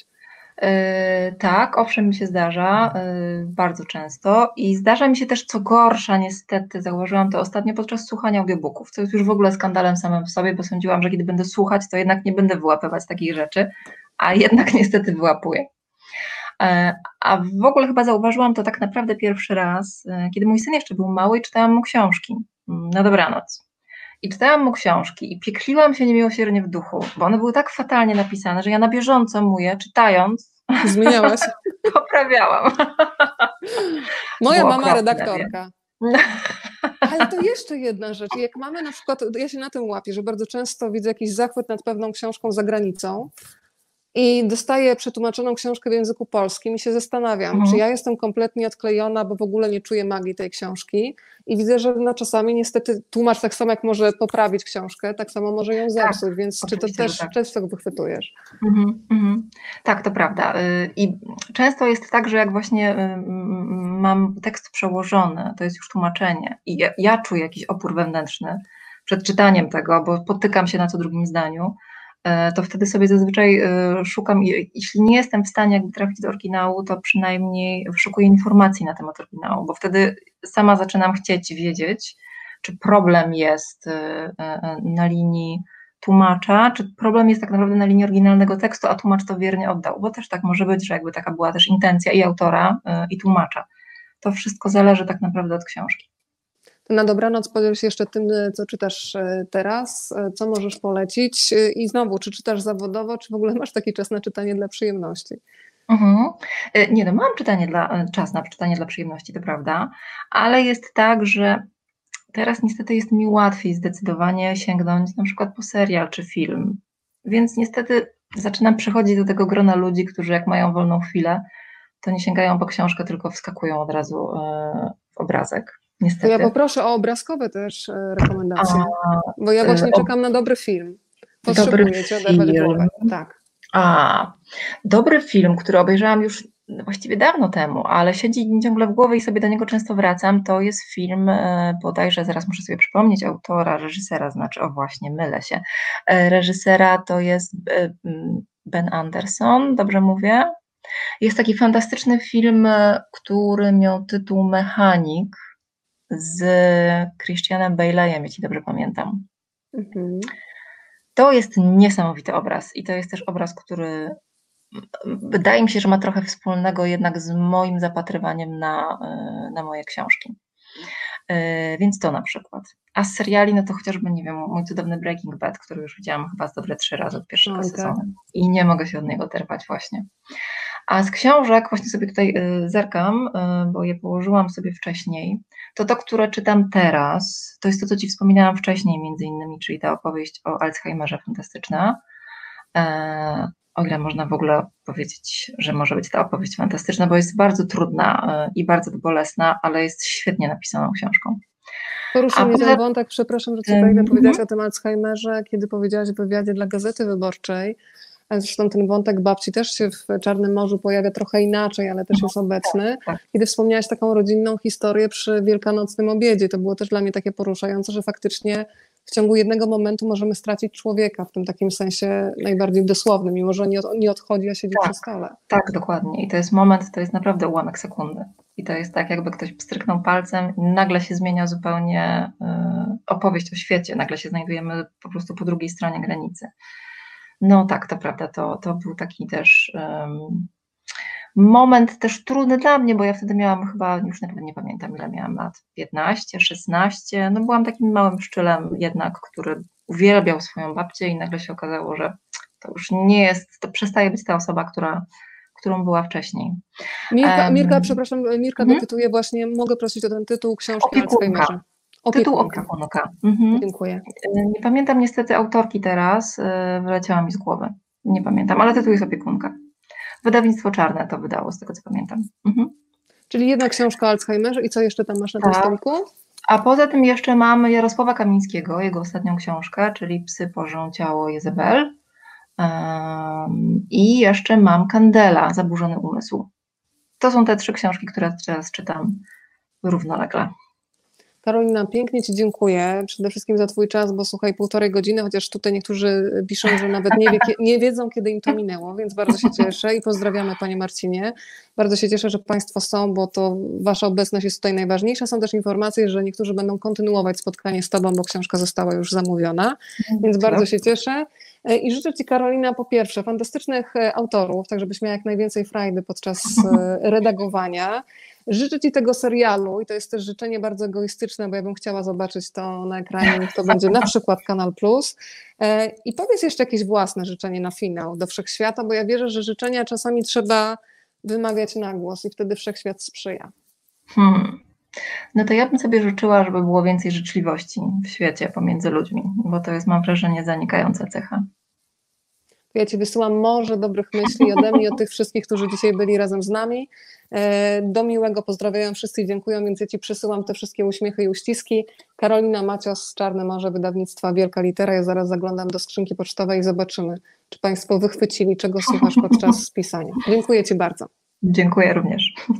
Tak, owszem, mi się zdarza bardzo często i zdarza mi się też, co gorsza, niestety, zauważyłam to ostatnio podczas słuchania audiobooków, co jest już w ogóle skandalem samym w sobie, bo sądziłam, że kiedy będę słuchać, to jednak nie będę wyłapywać takich rzeczy, a jednak niestety wyłapuję. A w ogóle chyba zauważyłam to tak naprawdę pierwszy raz, kiedy mój syn jeszcze był mały i czytałam mu książki na dobranoc. I czytałam mu książki i piekliłam się niemiłosiernie w duchu, bo one były tak fatalnie napisane, że ja na bieżąco mu je, czytając, zmieniałaś. Poprawiałam. Moja mama redaktorka. Ale to jeszcze jedna rzecz. Jak mamy na przykład, ja się na tym łapię, że bardzo często widzę jakiś zachwyt nad pewną książką za granicą i dostaję przetłumaczoną książkę w języku polskim i się zastanawiam, czy ja jestem kompletnie odklejona, bo w ogóle nie czuję magii tej książki i widzę, że no czasami niestety tłumacz tak samo jak może poprawić książkę, tak samo może ją zepsuć, więc czy to też często wychwytujesz? Tak, to prawda. I często jest tak, że jak właśnie mam tekst przełożony, to jest już tłumaczenie i ja czuję jakiś opór wewnętrzny przed czytaniem tego, bo potykam się na co drugim zdaniu, to wtedy sobie zazwyczaj szukam, jeśli nie jestem w stanie jakby trafić do oryginału, to przynajmniej wyszukuję informacji na temat oryginału, bo wtedy sama zaczynam chcieć wiedzieć, czy problem jest na linii tłumacza, czy problem jest tak naprawdę na linii oryginalnego tekstu, a tłumacz to wiernie oddał, bo też tak może być, że jakby taka była też intencja i autora, i tłumacza. To wszystko zależy tak naprawdę od książki. Na dobranoc podziel się jeszcze tym, co czytasz teraz, co możesz polecić i znowu, czy czytasz zawodowo, czy w ogóle masz taki czas na czytanie dla przyjemności? Nie, no mam czas na czytanie dla przyjemności, to prawda, ale jest tak, że teraz niestety jest mi łatwiej zdecydowanie sięgnąć na przykład po serial czy film, więc niestety zaczynam przechodzić do tego grona ludzi, którzy jak mają wolną chwilę, to nie sięgają po książkę, tylko wskakują od razu w obrazek. Niestety. To ja poproszę o obrazkowe też rekomendacje, bo ja właśnie czekam na dobry film. Potrzebuję cię oderwać głowę. Tak. Dobry film, który obejrzałam już właściwie dawno temu, ale siedzi mi ciągle w głowie i sobie do niego często wracam. To jest film, bodajże zaraz muszę sobie przypomnieć autora, reżysera, znaczy, o właśnie, mylę się. Reżysera to jest Ben Anderson, dobrze mówię? Jest taki fantastyczny film, który miał tytuł Mechanik z Christianem Bale'em, jeśli dobrze pamiętam. Mhm. To jest niesamowity obraz i to jest też obraz, który wydaje mi się, że ma trochę wspólnego jednak z moim zapatrywaniem na moje książki. Więc to na przykład. A z seriali, no to chociażby, nie wiem, mój cudowny Breaking Bad, który już widziałam chyba z dobre 3 razy od pierwszego sezonu. I nie mogę się od niego oderwać właśnie. A z książek, właśnie sobie tutaj zerkam, bo je położyłam sobie wcześniej, to, które czytam teraz, to jest to, co Ci wspominałam wcześniej między innymi, czyli ta opowieść o Alzheimerze fantastyczna. O ile można w ogóle powiedzieć, że może być ta opowieść fantastyczna, bo jest bardzo trudna i bardzo bolesna, ale jest świetnie napisaną książką. Poruszył mnie ten wątek, przepraszam, że Ci wejdę, powiedziałaś o tym Alzheimerze, kiedy powiedziałaś w wywiadzie dla Gazety Wyborczej, ale zresztą ten wątek babci też się w Czarnym Morzu pojawia trochę inaczej, ale też jest obecny. Kiedy wspomniałaś taką rodzinną historię przy wielkanocnym obiedzie, to było też dla mnie takie poruszające, że faktycznie w ciągu jednego momentu możemy stracić człowieka, w tym takim sensie najbardziej dosłownym, mimo że nie odchodzi, a siedzi przy stole. Tak, dokładnie. I to jest moment, to jest naprawdę ułamek sekundy. I to jest tak, jakby ktoś pstryknął palcem i nagle się zmienia zupełnie opowieść o świecie. Nagle się znajdujemy po prostu po drugiej stronie granicy. No tak, to prawda, to był taki też moment też trudny dla mnie, bo ja wtedy miałam chyba, już nawet nie pamiętam ile miałam lat, 15, 16, no byłam takim małym szczylem jednak, który uwielbiał swoją babcię i nagle się okazało, że to już nie jest, to przestaje być ta osoba, którą była wcześniej. Mirka, przepraszam, Mirka dopytuje właśnie, mogę prosić o ten tytuł książki o Alzheimerze. Tytuł Opiekunka. Dziękuję. Nie pamiętam niestety autorki teraz, wyleciała mi z głowy. Nie pamiętam, ale tytuł jest Opiekunka. Wydawnictwo Czarne to wydało, z tego co pamiętam. Czyli jedna książka o Alzheimerze i co jeszcze tam masz na tym stoliku? A poza tym jeszcze mamy Jarosława Kamińskiego, jego ostatnią książkę, czyli Psy pożrą ciało Jezebel. I jeszcze mam Kandela, Zaburzony umysł. To są te 3 książki, które teraz czytam równolegle. Karolina, pięknie Ci dziękuję przede wszystkim za Twój czas, bo słuchaj, 1,5 godziny, chociaż tutaj niektórzy piszą, że nawet nie wiedzą, kiedy im to minęło, więc bardzo się cieszę i pozdrawiamy Panie Marcinie. Bardzo się cieszę, że Państwo są, bo to Wasza obecność jest tutaj najważniejsza. Są też informacje, że niektórzy będą kontynuować spotkanie z Tobą, bo książka została już zamówiona, więc bardzo się cieszę. I życzę Ci, Karolina, po pierwsze fantastycznych autorów, tak żebyś miała jak najwięcej frajdy podczas redagowania. Życzę Ci tego serialu i to jest też życzenie bardzo egoistyczne, bo ja bym chciała zobaczyć to na ekranie, niech to będzie na przykład Kanal Plus. I powiedz jeszcze jakieś własne życzenie na finał do Wszechświata, bo ja wierzę, że życzenia czasami trzeba wymawiać na głos i wtedy Wszechświat sprzyja. No to ja bym sobie życzyła, żeby było więcej życzliwości w świecie pomiędzy ludźmi, bo to jest, mam wrażenie, zanikająca cecha. Ja Ci wysyłam morze dobrych myśli ode mnie i od tych wszystkich, którzy dzisiaj byli razem z nami. Do miłego pozdrawiają wszyscy i dziękują, więc ja Ci przysyłam te wszystkie uśmiechy i uściski. Karolina Macios, Czarne Morze, wydawnictwa Wielka Litera. Ja zaraz zaglądam do skrzynki pocztowej i zobaczymy, czy Państwo wychwycili, czego słuchasz podczas pisania. Dziękuję Ci bardzo. Dziękuję również.